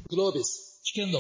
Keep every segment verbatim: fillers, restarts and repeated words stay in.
グロービス危険録。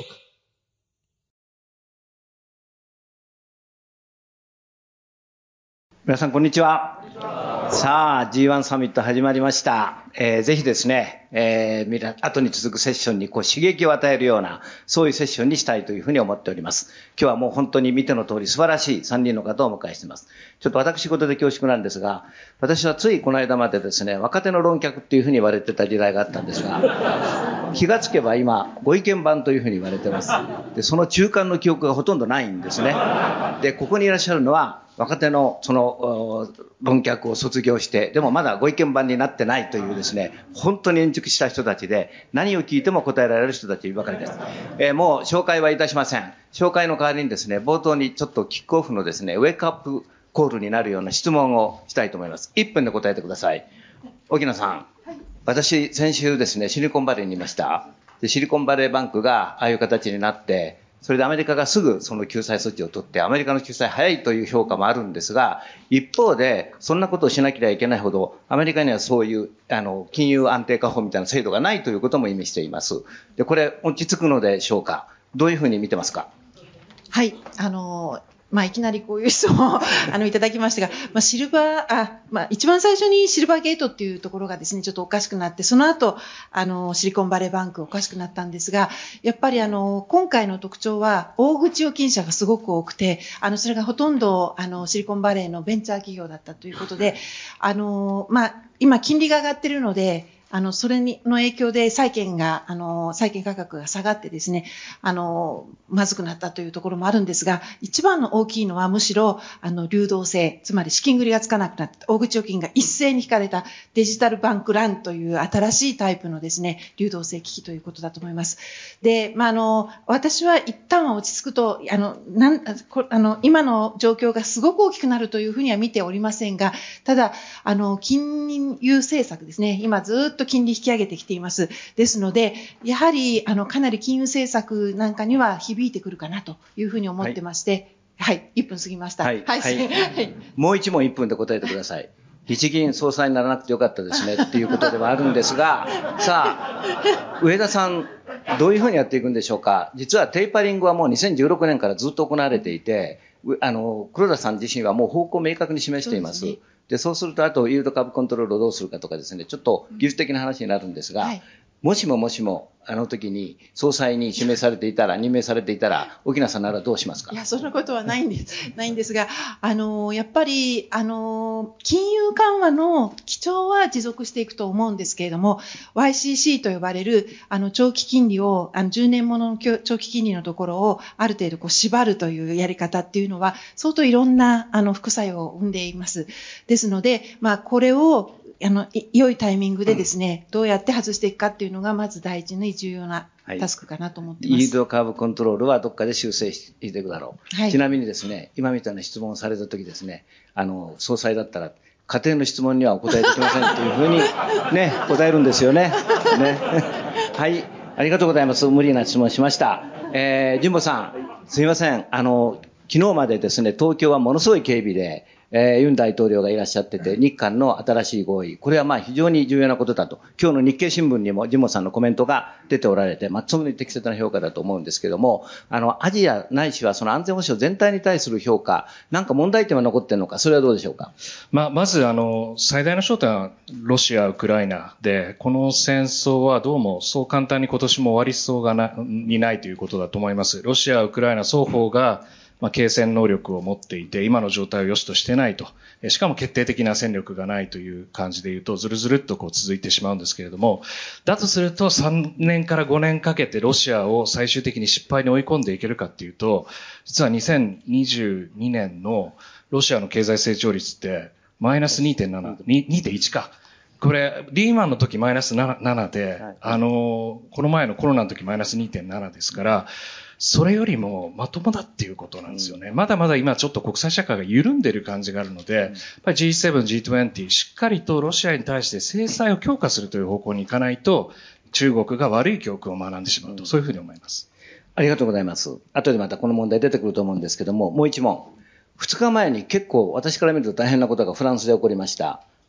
皆さんこんにちは。さあ ジーワン サミット始まりました。えー、ぜひですね、えー、後に続くセッションにこう刺激を与えるようなそういうセッションにしたいというふうに思っております。今日はもう本当に見ての通り素晴らしいさんにんの方をお迎えしています。ちょっと私事で恐縮なんですが、私はついこの間までですね、若手の論客っていうふうに言われてた時代があったんですが、気がつけば今ご意見番というふうに言われています。で、その中間の記憶がほとんどないんですね。で、ここにいらっしゃるのは若手のその論客を卒業して、でもまだご意見番になってないというですね、本当に円熟した人たちで、何を聞いても答えられる人たちばかりです。えー、もう紹介はいたしません。紹介の代わりにですね、冒頭にちょっとキックオフのですね、ウェイクアップコールになるような質問をしたいと思います。いっぷんで答えてください。沖野さん、はい、私先週ですね、シリコンバレーにいました。で、シリコンバレーバンクがああいう形になって、それでアメリカがすぐその救済措置を取って、アメリカの救済早いという評価もあるんですが、一方でそんなことをしなければいけないほどアメリカにはそういうあの金融安定化法みたいな制度がないということも意味しています。で、これ落ち着くのでしょうか。どういうふうに見てますか。 はい、あのまあ、いきなりこういう質問をあのいただきましたが、まあ、シルバーあ、まあ、一番最初にシルバーゲートっていうところがですね、ちょっとおかしくなって、その後あのシリコンバレーバンクおかしくなったんですが、やっぱりあの今回の特徴は大口預金者がすごく多くて、あのそれがほとんどあのシリコンバレーのベンチャー企業だったということで、あの、まあ、今金利が上がっているので、あの、それにの影響で債券が、あの、債券価格が下がってですね、あの、まずくなったというところもあるんですが、一番の大きいのはむしろ、あの、流動性、つまり資金繰りがつかなくなった、大口預金が一斉に引かれたデジタルバンクランという新しいタイプのですね、流動性危機ということだと思います。で、まあ、あの、私は一旦は落ち着くと、あの、なん、あの、今の状況がすごく大きくなるというふうには見ておりませんが、ただ、あの、金融政策ですね、今ずっと金利引き上げてきています。ですので、やはりあのかなり金融政策なんかには響いてくるかなというふうに思ってまして、はい、はい、いっぷん過ぎました。 はい。 はい。 はい、もう一問いっぷんで答えてください。日銀総裁にならなくてよかったですねっていうことではあるんですが、さあ、上田さん、どういうふうにやっていくんでしょうか。実はテーパリングはもうにせんじゅうろくねんからずっと行われていて、あの黒田さん自身はもう方向を明確に示しています。そうですね。で、そうするとあとイールド株コントロールをどうするかとかですね、ちょっと技術的な話になるんですが、うん、はい、もしももしもあの時に総裁に指名されていたら、任命されていたら、沖縄さんならどうしますか。 いや、そんなことはないんです、ないんですが、あの、やっぱり、あの、金融緩和の基調は持続していくと思うんですけれども、ワイシーシー と呼ばれる、あの、長期金利を、あの、じゅうねんものの長期金利のところを、ある程度こう縛るというやり方っていうのは、相当いろんな、あの、副作用を生んでいます。ですので、まあ、これを、あの、良いタイミングでですね、どうやって外していくかっていうのが、まず第一に重要なタスクかなと思ってます。 はい、イールドカーブコントロールはどっかで修正していくだろう。はい、ちなみにですね、今みたいな質問をされたときですね、あの、総裁だったら、家庭の質問にはお答えできませんというふうに、ね、答えるんですよね。ね。はい、ありがとうございます。無理な質問しました。えー、神保さん、すみません。あの、昨日までですね、東京はものすごい警備で、えー、ユン大統領がいらっしゃってて、日韓の新しい合意、これはまあ非常に重要なことだと。今日の日経新聞にもジモさんのコメントが出ておられて、まあ、その適切な評価だと思うんですけども、あの、アジアないしはその安全保障全体に対する評価、なんか問題点は残っているのか、それはどうでしょうか。 まあ、まず、あの、最大の焦点はロシア、ウクライナで、この戦争はどうもそう簡単に今年も終わりそうがな、にないということだと思います。ロシア、ウクライナ双方が、まあ、継戦能力を持っていて、今の状態を良しとしてないと。しかも決定的な戦力がないという感じで言うと、ずるずるっとこう続いてしまうんですけれども、だとするとさんねんからごねんかけてロシアを最終的に失敗に追い込んでいけるかっていうと、実はにせんにじゅうにねんのロシアの経済成長率って、マイナス にてんなな、にてんいち か。これ、リーマンの時マイナスななで、あの、この前のコロナの時マイナス にてんなな ですから、それよりもまともだっていうことなんですよね。まだまだ今ちょっと国際社会が緩んでる感じがあるので、やっぱり ジーセブン、ジートゥエンティー、しっかりとロシアに対して制裁を強化するという方向に行かないと、中国が悪い教訓を学んでしまうと、そういうふうに思います。 ありがとうございます。後でまたこの問題出てくると思うんですけども、もう一問。二日前に結構私から見ると大変なことがフランスで起こりました。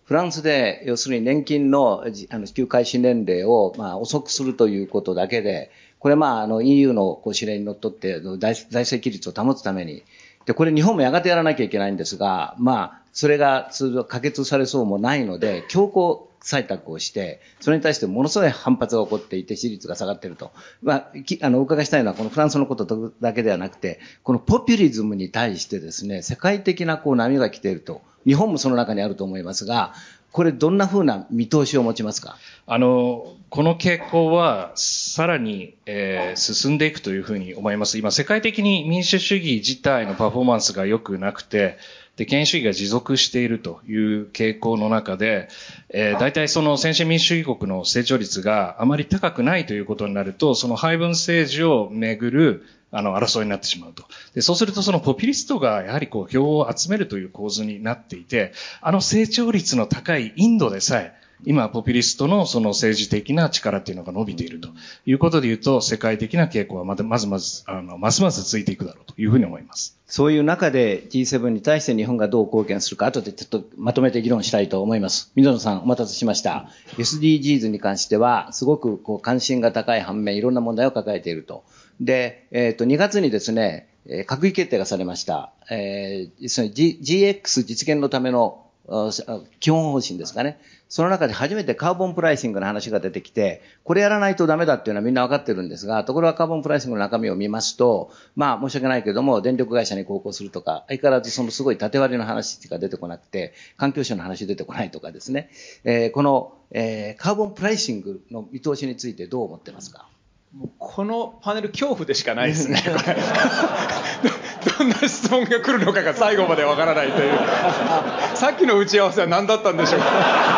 フランスで、要するに年金のあの支給開始年齢を、まあ、遅くするということだけで、これまあ、あの イーユー のこう指令にのっとって財政規律を保つために、で、これ日本もやがてやらなきゃいけないんですが、まあ、それが通常可決されそうもないので、強行採択をして、それに対してものすごい反発が起こっていて、支持率が下がっていると。まあ、あの、お伺いしたいのは、このフランスのことだけではなくて、このポピュリズムに対してですね、世界的なこう波が来ていると。日本もその中にあると思いますが、これどんなふうな見通しを持ちますか？ あの、この傾向はさらに、えー、進んでいくというふうに思います。今、世界的に民主主義自体のパフォーマンスが良くなくて、で、権威主義が持続しているという傾向の中で、えー、大体その先進民主主義国の成長率があまり高くないということになると、その配分政治をめぐるあの争いになってしまうと。で、そうするとそのポピュリストがやはりこう票を集めるという構図になっていて、あの成長率の高いインドでさえ、今、ポピュリストのその政治的な力っていうのが伸びているということで言うと、世界的な傾向はまずまずまず、あの、ますますついていくだろうというふうに思います。 そういう中で ジーセブン に対して日本がどう貢献するか、後でちょっとまとめて議論したいと思います。水野さん、お待たせしました。エスディージーズ に関しては、すごくこう関心が高い反面、いろんな問題を抱えていると。で、えっと、にがつにですね、閣議決定がされました。えー、その G、ジーエックス 実現のための基本方針ですかね。その中で初めてカーボンプライシングの話が出てきて、これやらないとダメだっていうのはみんなわかってるんですが、ところがカーボンプライシングの中身を見ますと、まあ申し訳ないけれども、電力会社に公行するとか、相変わらずそのすごい縦割りの話しか出てこなくて、環境省の話出てこないとかですね。えー、この、えー、カーボンプライシングの見通しについてどう思ってますか？ もうこのパネル恐怖でしかないですね。これどんな質問が来るのかが最後までわからないという。さっきの打ち合わせは何だったんでしょうか。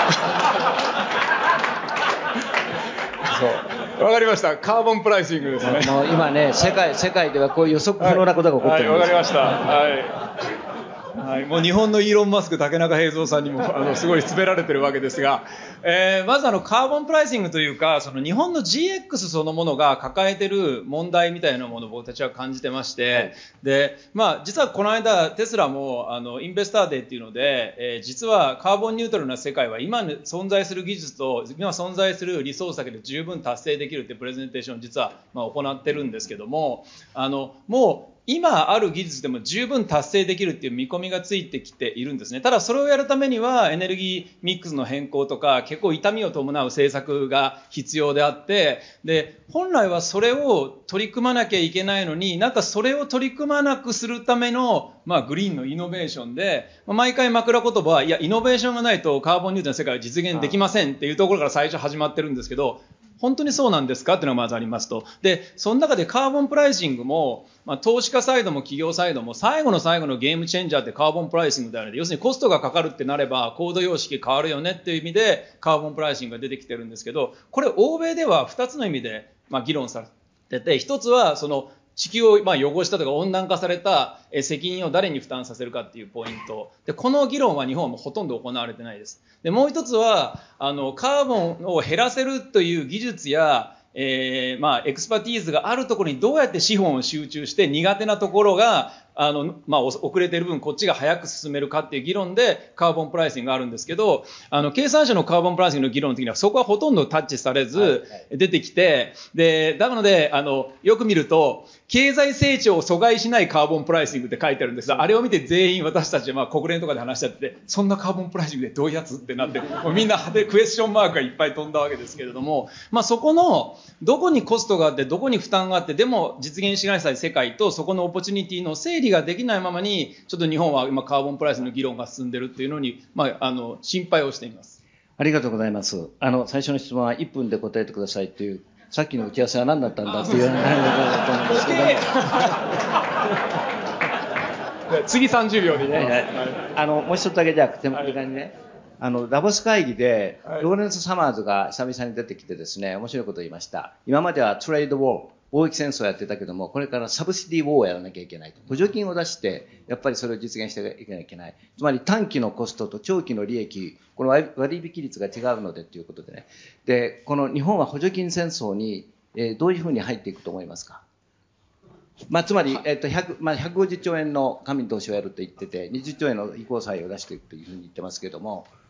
そう。わかりました。カーボンプライシングですね。 もう今ね、世界、世界ではこういう予測不能なことが起こってるんです。 はい、わ、はい、かりました。はい。はい、もう日本のイーロン・マスク、竹中平蔵さんにもあのすごい詰められてるわけですが、えー、まずあのカーボンプライシングというか、その日本の ジーエックス そのものが抱えてる問題みたいなものを僕たちは感じてまして、はい、で、まあ実はこの間テスラもあのインベスターデーっていうので、えー、実はカーボンニュートラルな世界は今存在する技術と今存在するリソースだけで十分達成できるってプレゼンテーションを実はまあ行ってるんですけども、あのもう今ある技術でも十分達成できるっていう見込みがついてきているんですね。ただそれをやるためにはエネルギーミックスの変更とか結構痛みを伴う政策が必要であって、で本来はそれを取り組まなきゃいけないのに、なんかそれを取り組まなくするためのまあグリーンのイノベーションで、毎回枕言葉は、いやイノベーションがないとカーボンニュートラルの世界は実現できませんっていうところから最初始まってるんですけど、本当にそうなんですかっていうのがまずありますと。で、その中でカーボンプライシングも、まあ、投資家サイドも企業サイドも最後の最後のゲームチェンジャーってカーボンプライシングであるので、要するにコストがかかるってなればコード様式変わるよねっていう意味でカーボンプライシングが出てきてるんですけど、これ欧米ではふたつの意味でまあ議論されてて、ひとつはその地球をまあ汚したとか温暖化された責任を誰に負担させるかっていうポイントで、この議論は日本はもうほとんど行われてないです。でもう一つはあのカーボンを減らせるという技術やえー、まあエクスパティーズがあるところにどうやって資本を集中して苦手なところがあの、まあ、遅れている分こっちが早く進めるかっていう議論でカーボンプライシングがあるんですけど、あの経産省のカーボンプライシングの議論の時にはそこはほとんどタッチされず出てきて、はいはい、でなのであのよく見ると経済成長を阻害しないカーボンプライシングって書いてあるんですが、あれを見て全員私たちはまあ国連とかで話し合ってて、そんなカーボンプライシングでどういうやつってなって、もうみんなでクエスチョンマークがいっぱい飛んだわけですけれども、まあ、そこのどこにコストがあってどこに負担があってでも実現しない世界とそこのオポチュニティの整理ができないままにちょっと日本は今カーボンプライスの議論が進んでいるっていうのに、まあ、あの心配をしています。 ありがとうございます。あの最初の質問はいっぷんで答えてくださいという、さっきの打ち合わせは何だったんだっていう話だと思うんですけども次さんじゅうびょうでいきます。はいはい、 あのもう一つだけじゃあ手間にね、はい、あのダボス会議でローレンス・サマーズが久々に出てきてですね、面白いことを言いました。今まではトレードウォー、貿易戦争をやってたけども、これからサブシディウォーをやらなきゃいけないと。補助金を出して、やっぱりそれを実現していかなきゃいけない。つまり短期のコストと長期の利益、この割引率が違うのでということでね。で、この日本は補助金戦争に、えー、どういうふうに入っていくと思いますか？まあ、つまり、えっと、ひゃく、まあ、ひゃくごじゅっちょうえんの官民投資をやると言ってて、にじゅっちょうえんの移行債を出していくというふうに言ってますけども、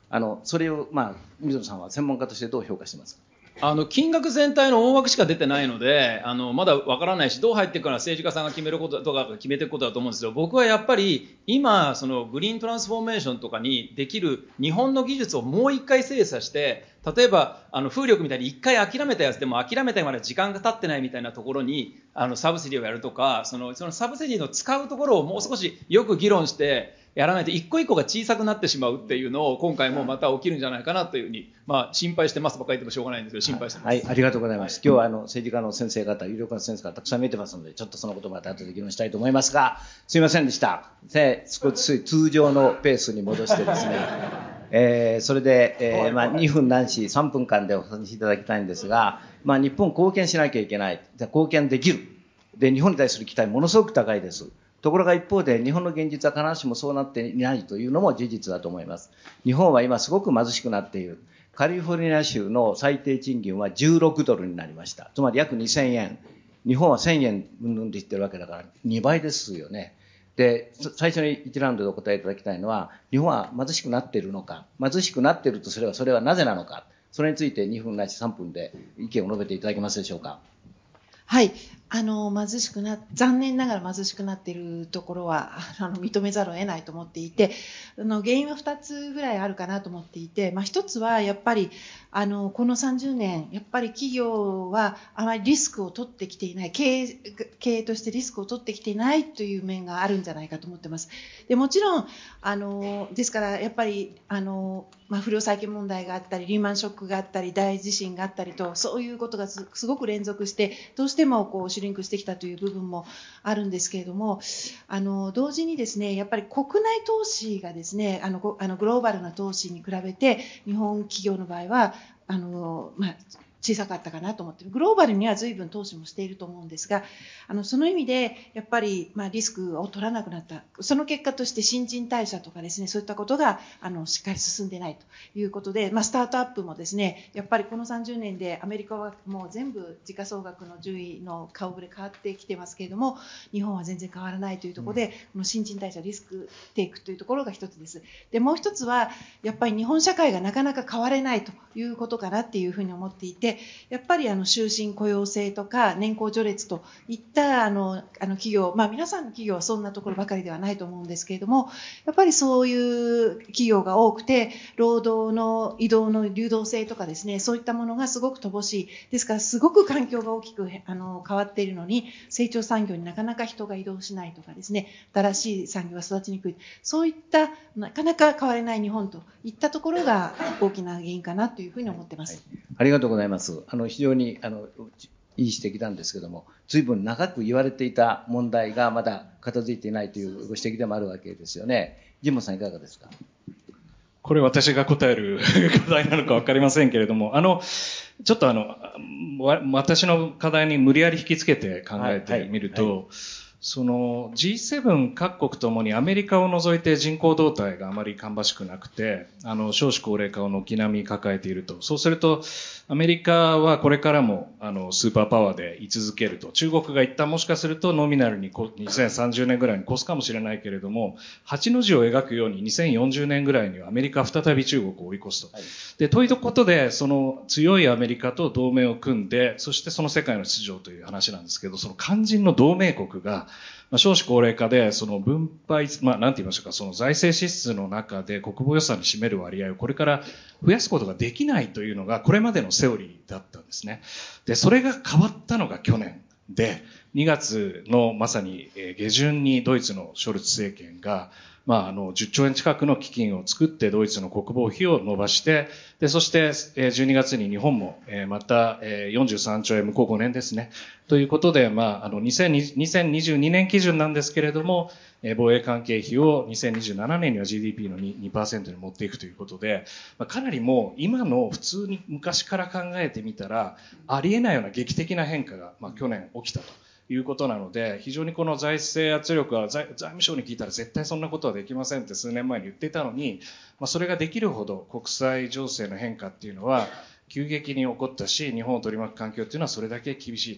あのそれを、まあ、水野さんは専門家としてどう評価してますか？ あの金額全体の大枠しか出てないので、あのまだわからないし、どう入っていくかは政治家さんが決めることとか決めていくことだと思うんですけど、僕はやっぱり今そのグリーントランスフォーメーションとかにできる日本の技術をもう一回精査して、例えばあの風力みたいに一回諦めたやつでも諦めたまで時間が経ってないみたいなところにあのサブシディをやるとか、そのそのサブシディの使うところをもう少しよく議論してやらないと一個一個が小さくなってしまうっていうのを今回もまた起きるんじゃないかなというふうに、まあ、心配してますばかり言ってもしょうがないんですけど心配してます。 はい、ありがとうございます。今日はあの政治家の先生方、有力な先生方たくさん見てますので、ちょっとそのことまた後で議論したいと思いますが、すいませんでした。で少し通常のペースに戻してですね、えー、それで、えーまあ、にふんないしさんぷんかんでお話しいただきたいんですが、まあ、日本貢献しなきゃいけない、貢献できる、で日本に対する期待ものすごく高いです。ところが一方で日本の現実は必ずしもそうなっていないというのも事実だと思います。日本は今すごく貧しくなっている。カリフォルニア州の最低賃金はじゅうろくドルになりました。つまり約にせんえん。日本はせんえんうんぬんで言ってるわけだからにばいですよね。で、最初にいちラウンドでお答えいただきたいのは、日本は貧しくなっているのか、貧しくなっているとすればそれはなぜなのか、それについてにふんないしさんぷんで意見を述べていただけますでしょうか。 はい、あの貧しくな残念ながら貧しくなっているところはあの認めざるを得ないと思っていて、あの原因はふたつぐらいあるかなと思っていて、まあ、ひとつはやっぱりあのこのさんじゅうねんやっぱり企業はあまりリスクを取ってきていない、経営、経営としてリスクを取ってきていないという面があるんじゃないかと思っています。でもちろんあのですからやっぱりあのまあ、不良債権問題があったりリーマンショックがあったり大地震があったりと、そういうことが す, すごく連続してどうしてもこうシュリンクしてきたという部分もあるんですけれども、あの同時にですねやっぱり国内投資がですねあのあのグローバルな投資に比べて日本企業の場合はあの、まあ小さかったかなと思っている。グローバルには随分投資もしていると思うんですが、あのその意味でやっぱり、まあ、リスクを取らなくなった。その結果として新陳代謝とかですね、そういったことがあのしっかり進んでないということで、まあ、スタートアップもですねやっぱりこのさんじゅうねんでアメリカはもう全部時価総額の順位の顔ぶれ変わってきてますけれども、日本は全然変わらないというところで、うん、この新陳代謝リスクテイクというところが一つです。でもう一つはやっぱり日本社会がなかなか変われないということかなっていうふうに思っていて、やっぱりあの終身雇用制とか年功序列といったあのあの企業、まあ、皆さんの企業はそんなところばかりではないと思うんですけれども、やっぱりそういう企業が多くて労働の移動の流動性とかですね、そういったものがすごく乏しいですから、すごく環境が大きくあの変わっているのに成長産業になかなか人が移動しないとかですね、新しい産業が育ちにくい、そういったなかなか変われない日本といったところが大きな原因かなというふうに思っています。 はい、ありがとうございます。あの非常にあのいい指摘なんですけども、随分長く言われていた問題がまだ片付いていないというご指摘でもあるわけですよね。神保さんいかがですか。 これ私が答える課題なのか分かりませんけれども、あのちょっとあの私の課題に無理やり引きつけて考えてみると、はいはいはい、その ジーセブン 各国ともにアメリカを除いて人口動態があまり芳しくなくて、あの少子高齢化を軒並み抱えていると。そうするとアメリカはこれからもあのスーパーパワーで居続けると。中国が一旦もしかするとノミナルににせんさんじゅうねんぐらいに越すかもしれないけれども、はちの字を描くようににせんよんじゅうねんぐらいにはアメリカは再び中国を追い越すと。はい、でということで、その強いアメリカと同盟を組んで、そしてその世界の秩序という話なんですけど、その肝心の同盟国がまあ、少子高齢化で、その分配、まあ、なんて言いましょうか、その財政支出の中で国防予算に占める割合をこれから増やすことができないというのが、これまでのセオリーだったんですね。で、それが変わったのが去年で、にがつのまさに下旬にドイツのショルツ政権が、まあ、あの、じゅっちょうえん近くの基金を作ってドイツの国防費を伸ばして、で、そしてじゅうにがつに日本もまたよんじゅうさんちょうえん、向こうごねんですね。ということで、まあ、あの、にせんにじゅうにねん基準なんですけれども、防衛関係費をにせんにじゅうななねんには ジーディーピー の にパーセント に持っていくということで、まあ、かなりもう今の普通に昔から考えてみたら、ありえないような劇的な変化が、まあ、去年起きたと。いうことなので、非常にこの財政圧力は 財, 財務省に聞いたら絶対そんなことはできませんって数年前に言っていたのに、まあ、それができるほど国際情勢の変化っていうのは急激に起こったし、日本を取り巻く環境っていうのはそれだけ厳しいと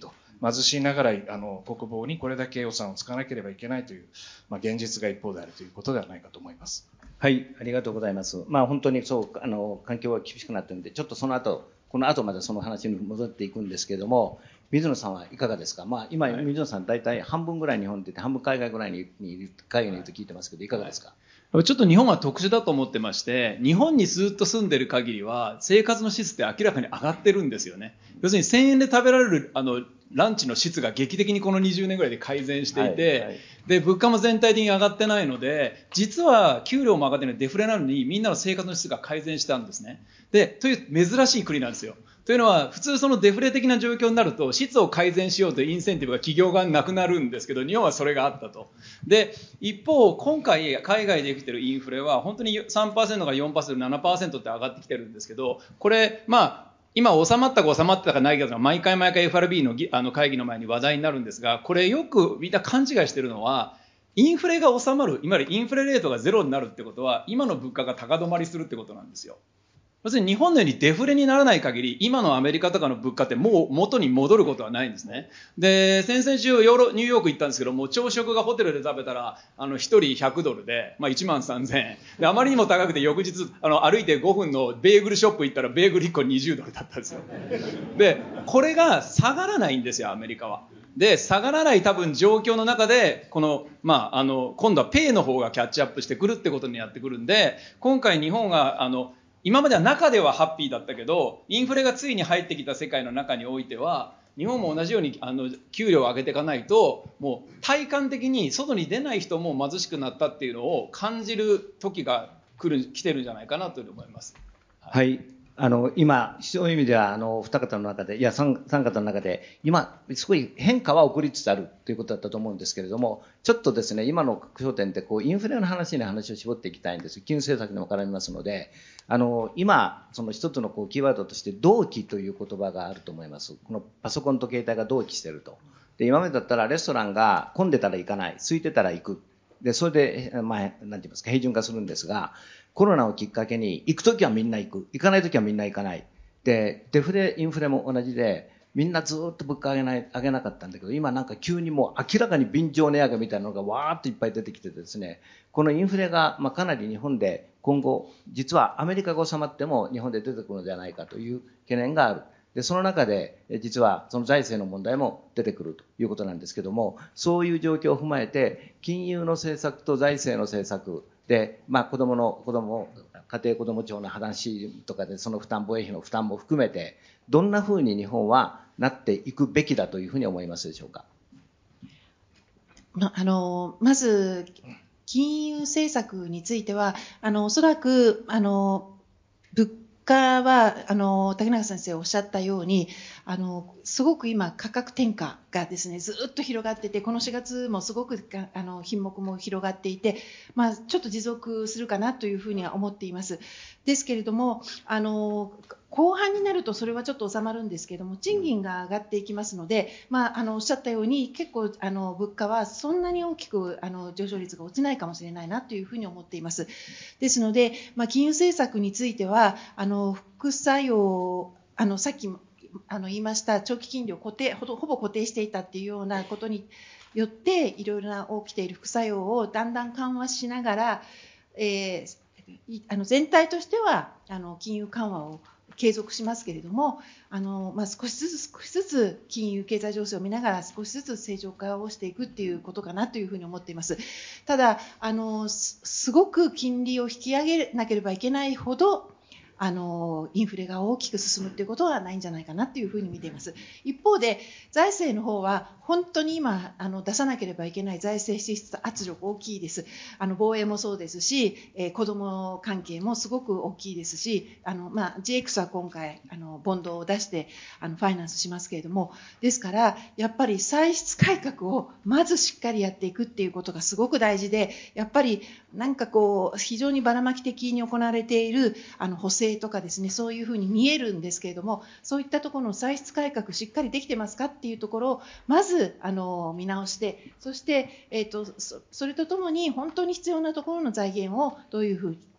貧しいながらあの国防にこれだけ予算を使わなければいけないという、まあ、現実が一方であるということではないかと思います。 はい、ありがとうございます。まあ、本当にそう、あの環境が厳しくなっているので、ちょっとその後この後までその話に戻っていくんですけれども、水野さんはいかがですか。まあ、今、はい、水野さん大体半分ぐらい日本にいて半分海外ぐらいに海外にいると聞いてますけど、いかがですか。はい、 ちょっと日本は特殊だと思ってまして、日本にずっと住んでる限りは生活の質って明らかに上がってるんですよね。要するにせんえんで食べられるあのランチの質が劇的にこのにじゅうねんぐらいで改善していて、はいはい、で物価も全体的に上がってないので、実は給料も上がってないデフレなのにみんなの生活の質が改善したんですね。でという珍しい国なんですよ。というのは普通そのデフレ的な状況になると質を改善しようというインセンティブが企業側になくなるんですけど、日本はそれがあったと。で一方今回海外で起きているインフレは本当に さんパーセント から よんパーセント、ななパーセント って上がってきてるんですけど、これまあ今収まったか収まったかないかが毎回毎回 エフアールビー の, あの会議の前に話題になるんですが、これよくみんな勘違いしてるのは、インフレが収まる、いわゆるインフレレートがゼロになるってことは今の物価が高止まりするってことなんですよ。要するに日本のようにデフレにならない限り今のアメリカとかの物価ってもう元に戻ることはないんですね。で先々週ヨーロニューヨーク行ったんですけども、朝食がホテルで食べたらあのひとりひゃくドルで、まあ、いちまんさんぜんえんで、あまりにも高くて翌日あの歩いてごふんのベーグルショップ行ったらベーグルいっこにじゅうドルだったんですよ。でこれが下がらないんですよアメリカは。で下がらない多分状況の中でこの、まあ、あの今度はペイの方がキャッチアップしてくるってことになってくるんで、今回日本があの今までは中ではハッピーだったけど、インフレがついに入ってきた世界の中においては日本も同じようにあの給料を上げていかないと、もう体感的に外に出ない人も貧しくなったっていうのを感じる時が来る来てるんじゃないかなと思います。 はい、はい、あの今そういう意味ではあの二方の中でいや 3, 3方の中で今すごい変化は起こりつつあるということだったと思うんですけれども、ちょっとですね今の焦点でこうインフレの話に話を絞っていきたいんです。金融政策にも絡みますので、あの今その一つのこうキーワードとして同期という言葉があると思います。このパソコンと携帯が同期していると。で今までだったらレストランが混んでたら行かない、空いてたら行く、でそれで、まあ、なんて言いますか、平準化するんですが、コロナをきっかけに行くときはみんな行く、行かないときはみんな行かない。でデフレインフレも同じで、みんなずっと物価上げない上げなかったんだけど、今なんか急にもう明らかに便乗値上げみたいなのがわーっといっぱい出てきてですね、このインフレがまあかなり日本で今後実はアメリカが収まっても日本で出てくるのではないかという懸念がある。でその中で実はその財政の問題も出てくるということなんですけども、そういう状況を踏まえて金融の政策と財政の政策で、まあ、子どもの子ども家庭子ども庁の話とかでその負担、防衛費の負担も含めてどんなふうに日本はなっていくべきだというふうに思いますでしょうか。 まあのまず金融政策についてはあのおそらくあの物価はあの竹中先生おっしゃったようにあのすごく今価格転嫁がですねずっと広がってて、このしがつもすごくあの品目も広がっていて、まあ、ちょっと持続するかなというふうには思っています。ですけれどもあの後半になるとそれはちょっと収まるんですけれども、賃金が上がっていきますので、まあ、あのおっしゃったように結構あの物価はそんなに大きくあの上昇率が落ちないかもしれないなというふうに思っています。ですので、まあ、金融政策についてはあの副作用あのさっきあの言いました長期金利を固定ほぼほぼ固定していたっていうようなことによっていろいろな起きている副作用をだんだん緩和しながら、えー、あの全体としてはあの金融緩和を継続しますけれども、あの、まあ、少しずつ少しずつ金融経済情勢を見ながら少しずつ正常化をしていくっていうことかなというふうに思っています。ただあの す, すごく金利を引き上げなければいけないほどあのインフレが大きく進むということはないんじゃないかなというふうに見ています。一方で財政の方は本当に今あの出さなければいけない財政支出圧力大きいです。あの防衛もそうですし、えー、子ども関係もすごく大きいですし、あの、まあ、ジーエックス は今回あのボンドを出してあのファイナンスしますけれども、ですからやっぱり歳出改革をまずしっかりやっていくっていうことがすごく大事で、やっぱりなんかこう非常にばらまき的に行われているあの補正とかですね、そういうふうに見えるんですけれども、そういったところの歳出改革しっかりできてますかっていうところをまずあの見直して、そして、えーと、そ, それとともに本当に必要なところの財源をどういうふうに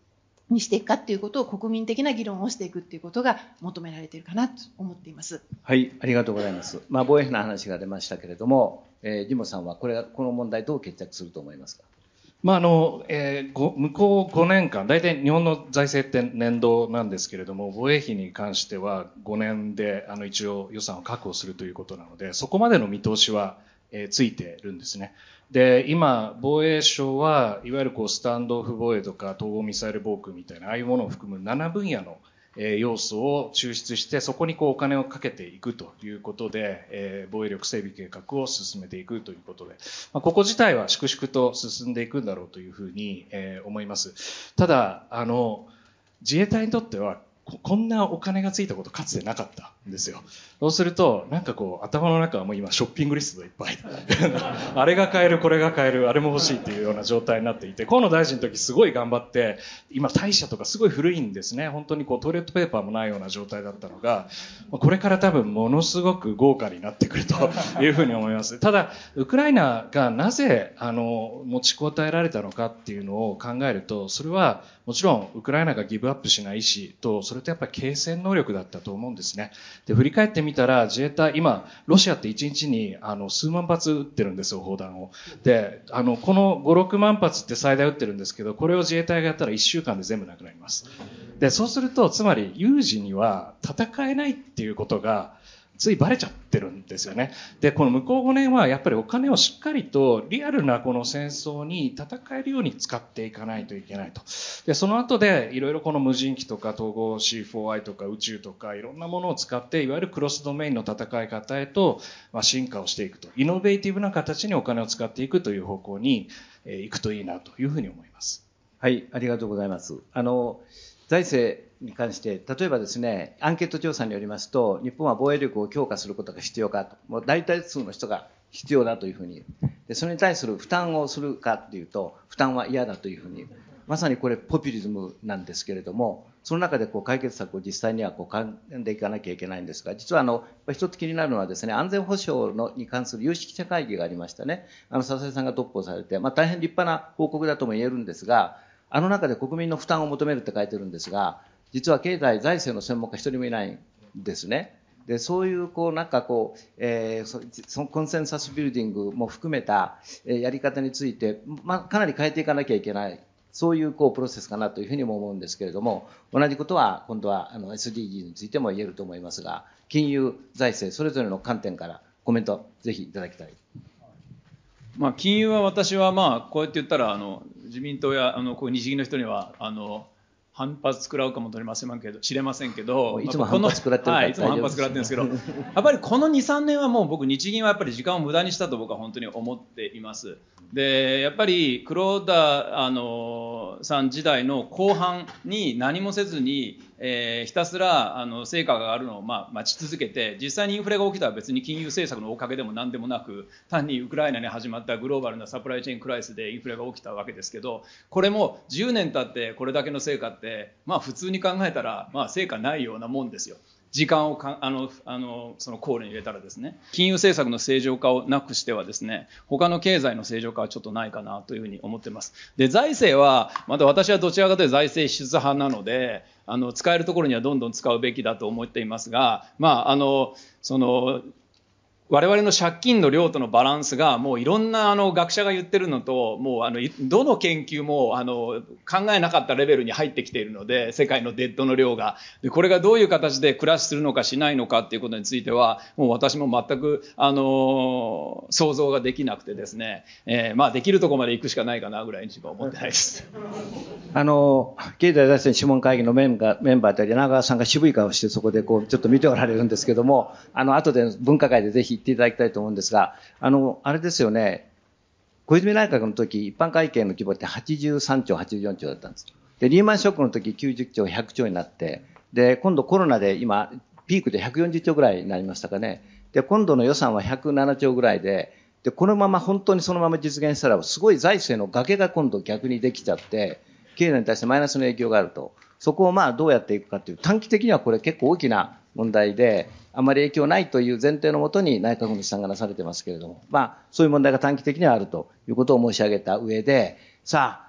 にしていくかということを国民的な議論をしていくということが求められているかなと思っています。 はい、ありがとうございます。まあ、防衛費の話が出ましたけれども、えー、ジモさんはこれこの問題どう決着すると思いますか。 まああのえー、ご向こうごねんかん、大体日本の財政って年度なんですけれども、防衛費に関してはごねんであの一応予算を確保するということなので、そこまでの見通しは、えー、ついてるんですね。で、今、防衛省はいわゆるこうスタンドオフ防衛とか統合ミサイル防空みたいな、ああいうものを含むななぶんやの要素を抽出して、そこにこうお金をかけていくということで、えー、防衛力整備計画を進めていくということで、まあ、ここ自体は粛々と進んでいくんだろうというふうに、えー、思います。ただ、あの、自衛隊にとっては、こんなお金がついたことかつてなかったんですよ。そうすると、なんかこう、頭の中はもう今、ショッピングリストがいっぱい。あれが買える、これが買える、あれも欲しいっていうような状態になっていて、河野大臣の時すごい頑張って、今、大社とかすごい古いんですね。本当にこう、トイレットペーパーもないような状態だったのが、これから多分ものすごく豪華になってくるというふうに思います。ただ、ウクライナがなぜ、あの、持ちこたえられたのかっていうのを考えると、それは、もちろん、ウクライナがギブアップしない意思と、それとやっぱり継戦能力だったと思うんですね。で、振り返ってみたら、自衛隊、今、ロシアっていちにちに、あの、数万発撃ってるんですよ、砲弾を。で、あの、このご、ろくまん発って最大撃ってるんですけど、これを自衛隊がやったらいっしゅうかんで全部なくなります。で、そうすると、つまり、有事には戦えないっていうことが、ついバレちゃってるんですよね。で、この向こうごねんはやっぱりお金をしっかりとリアルなこの戦争に戦えるように使っていかないといけないと。で、その後でいろいろこの無人機とか統合 シーフォーアイ とか宇宙とかいろんなものを使っていわゆるクロスドメインの戦い方へと、まあ、進化をしていくと。イノベーティブな形にお金を使っていくという方向に、えー、行くといいなというふうに思います。 はい、ありがとうございます。あの、財政に関して、例えばですね、アンケート調査によりますと、日本は防衛力を強化することが必要かと、もう大多数の人が必要だというふうに、でそれに対する負担をするかというと、負担は嫌だというふうに、まさにこれ、ポピュリズムなんですけれども、その中でこう解決策を実際にはこう考えていかなきゃいけないんですが、実はあの一つ気になるのはですね、安全保障のに関する有識者会議がありましたね。あの笹井さんがトップをされて、まあ、大変立派な報告だとも言えるんですが、あの中で国民の負担を求めるって書いてるんですが、実は経済財政の専門家一人もいないんですね。で、そういうこうなんかこう、えー、そそのコンセンサスビルディングも含めた、えー、やり方について、まあ、かなり変えていかなきゃいけない。そういうこうプロセスかなというふうにも思うんですけれども、同じことは今度はあの エスディージー についても言えると思いますが、金融、財政、それぞれの観点からコメントぜひいただきたい。 まあ、金融は私はまあこうやって言ったらあの自民党やあのこう日銀の人にはあの反発食らうかもしれませんけど、知れませんけど、 いつも反発食らってるから、 はい、いつも反発食らってるんですけど、やっぱりこのに、さんねんはもう僕日銀はやっぱり時間を無駄にしたと僕は本当に思っています。で、やっぱり黒田あのさん時代の後半に何もせずに、えー、ひたすらあの成果があるのをまあ待ち続けて、実際にインフレが起きたら別に金融政策のおかげでも何でもなく、単にウクライナに始まったグローバルなサプライチェーンクライシスでインフレが起きたわけですけど、これもじゅうねん経ってこれだけの成果ってまあ普通に考えたらまあ成果ないようなもんですよ。時間をかあのあのその考慮に入れたらですね、金融政策の正常化をなくしてはですね、他の経済の正常化はちょっとないかなというふうに思っています。で、財政はまた私はどちらかというと財政支出派なので、あの使えるところにはどんどん使うべきだと思っていますが、まああのその我々の借金の量とのバランスがもういろんなあの学者が言ってるのと、もうあのどの研究もあの考えなかったレベルに入ってきているので、世界のデッドの量がで、これがどういう形でクラッシュするのかしないのかっていうことについては、もう私も全くあの想像ができなくてですね、えー、まあできるところまで行くしかないかなぐらいにしか思ってないです。 あの経済財政諮問会議のメンバーメンバーで柳川さんが渋い顔してそこでこうちょっと見ておられるんですけども、あの後で分科会でぜひ言っていただきたいと思うんですが、あのあれですよね、小泉内閣の時一般会計の規模ってはちじゅうさんちょうはちじゅうよんちょうだったんです。でリーマンショックの時きゅうじゅっちょうひゃくちょうになって、で今度コロナで今ピークでひゃくよんじゅっちょうぐらいになりましたかね。で今度の予算はひゃくななちょうぐらいで、でこのまま本当にそのまま実現したらすごい財政の崖が今度逆にできちゃって、経済に対してマイナスの影響があると。そこをまあどうやっていくかという、短期的にはこれ結構大きな問題で、あまり影響ないという前提のもとに内閣の試算がなされてますけれども、まあそういう問題が短期的にはあるということを申し上げた上で、さあ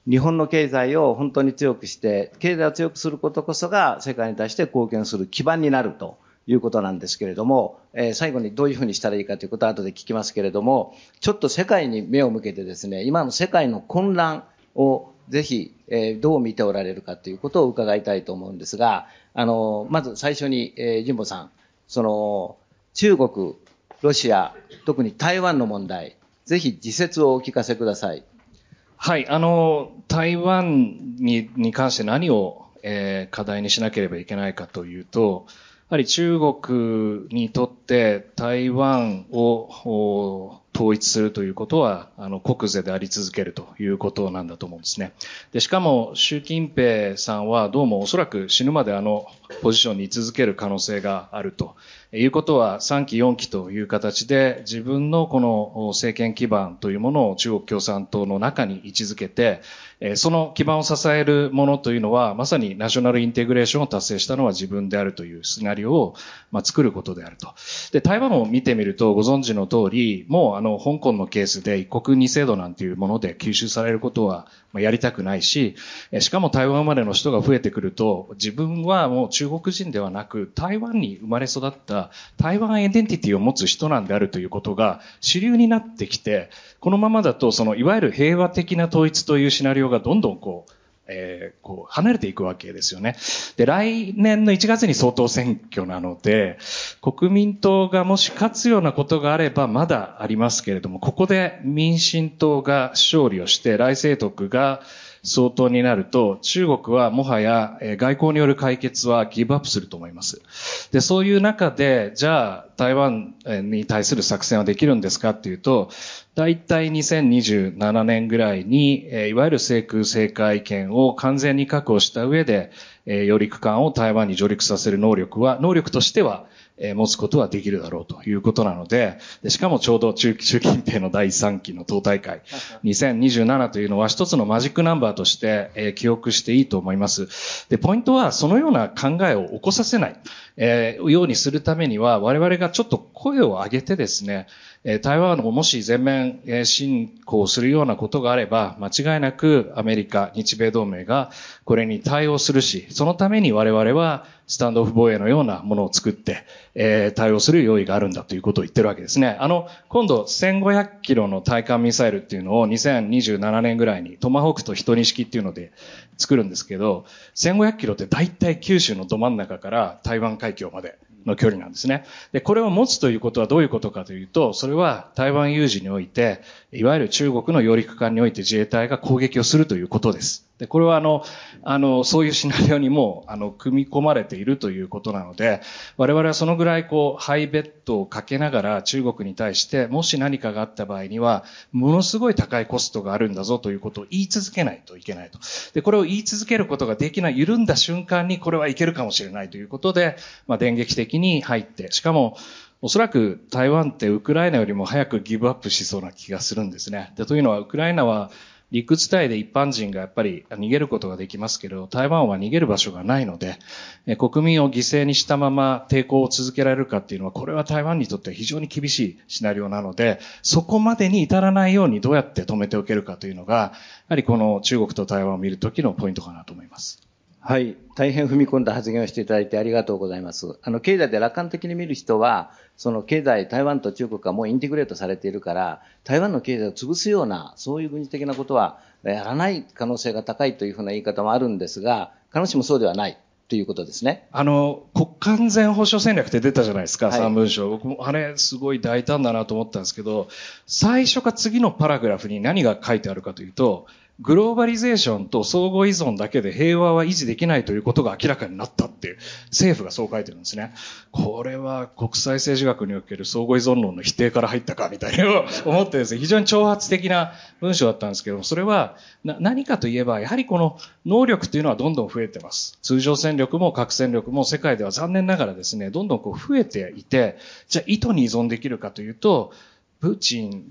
日本の経済を本当に強くして、経済を強くすることこそが世界に対して貢献する基盤になるということなんですけれども、えー、最後にどういうふうにしたらいいかということは後で聞きますけれども、ちょっと世界に目を向けてですね、今の世界の混乱をぜひ、えー、どう見ておられるかということを伺いたいと思うんですが、あのまず最初に、えー、神保さん、その中国、ロシア、特に台湾の問題、ぜひ自説をお聞かせください。 はい、あの台湾 に, に関して何を、えー、課題にしなければいけないかというと、やはり中国にとって台湾を統一するということは、あの、国是であり続けるということなんだと思うんですね。で、しかも、習近平さんはどうもおそらく死ぬまであのポジションに居続ける可能性があるということは、さんきよんきという形で自分のこの政権基盤というものを中国共産党の中に位置づけて、その基盤を支えるものというのは、まさにナショナルインテグレーションを達成したのは自分であるというシナリオを、まあ、作ることであると。で、台湾を見てみるとご存知の通り、もうあの、香港のケースで一国二制度なんていうもので吸収されることはやりたくないし、しかも台湾生まれの人が増えてくると、自分はもう中国人ではなく、台湾に生まれ育った台湾アイデンティティを持つ人なんであるということが主流になってきて、このままだと、その、いわゆる平和的な統一というシナリオがどんどんこう、えー、こう、離れていくわけですよね。で、来年のいちがつに総統選挙なので、国民党がもし勝つようなことがあればまだありますけれども、ここで民進党が勝利をして、来清徳が総統になると、中国はもはや外交による解決はギブアップすると思います。で、そういう中で、じゃあ台湾に対する作戦はできるんですかっていうと、だいたいにせんにじゅうななねんぐらいに、いわゆる制空制海権を完全に確保した上で、揚陸艦を台湾に上陸させる能力は、能力としては、持つことはできるだろうということなので、でしかもちょうど習近平のだいさんきの党大会、にせんにじゅうななというのは一つのマジックナンバーとして、えー、記憶していいと思います。で、ポイントはそのような考えを起こさせない、えー、ようにするためには、我々がちょっと声を上げてですね、台湾をもし全面侵攻するようなことがあれば、間違いなくアメリカ、日米同盟がこれに対応するし、そのために我々はスタンドオフ防衛のようなものを作って、えー、対応する用意があるんだということを言ってるわけですね。あの、今度せんごひゃくキロの対艦ミサイルっていうのをにせんにじゅうななねんぐらいにトマホークと一二式っていうので作るんですけど、せんごひゃくキロって大体九州のど真ん中から台湾海峡までの距離なんですね。で、これを持つということはどういうことかというと、それは台湾有事において、いわゆる中国の揚陸艦において自衛隊が攻撃をするということです。で、これはあの、あの、そういうシナリオにも、あの、組み込まれているということなので、我々はそのぐらいこう、ハイベッドをかけながら中国に対して、もし何かがあった場合には、ものすごい高いコストがあるんだぞということを言い続けないといけないと。で、これを言い続けることができない、緩んだ瞬間にこれはいけるかもしれないということで、まあ、電撃的に入って、しかも、おそらく台湾ってウクライナよりも早くギブアップしそうな気がするんですね。で、というのはウクライナは陸伝いで一般人がやっぱり逃げることができますけど、台湾は逃げる場所がないので、国民を犠牲にしたまま抵抗を続けられるかっていうのは、これは台湾にとっては非常に厳しいシナリオなので、そこまでに至らないようにどうやって止めておけるかというのが、やはりこの中国と台湾を見るときのポイントかなと思います。 はい。大変踏み込んだ発言をしていただいてありがとうございます。あの、経済で楽観的に見る人は、その経済、台湾と中国がもうインテグレートされているから、台湾の経済を潰すような、そういう軍事的なことはやらない可能性が高いというふうな言い方もあるんですが、必ずしもそうではないということですね。 あの、国家安全保障戦略って出たじゃないですか、はい、さん文章。僕もあれ、すごい大胆だなと思ったんですけど、最初か次のパラグラフに何が書いてあるかというと、グローバリゼーションと相互依存だけで平和は維持できないということが明らかになったって政府がそう書いてるんですね。これは国際政治学における相互依存論の否定から入ったかみたいな思ってですね、非常に挑発的な文章だったんですけど、それはな何かといえばやはりこの能力というのはどんどん増えてます。通常戦力も核戦力も世界では残念ながらですね、どんどんこう増えていて、じゃあ意図に依存できるかというと、プーチン大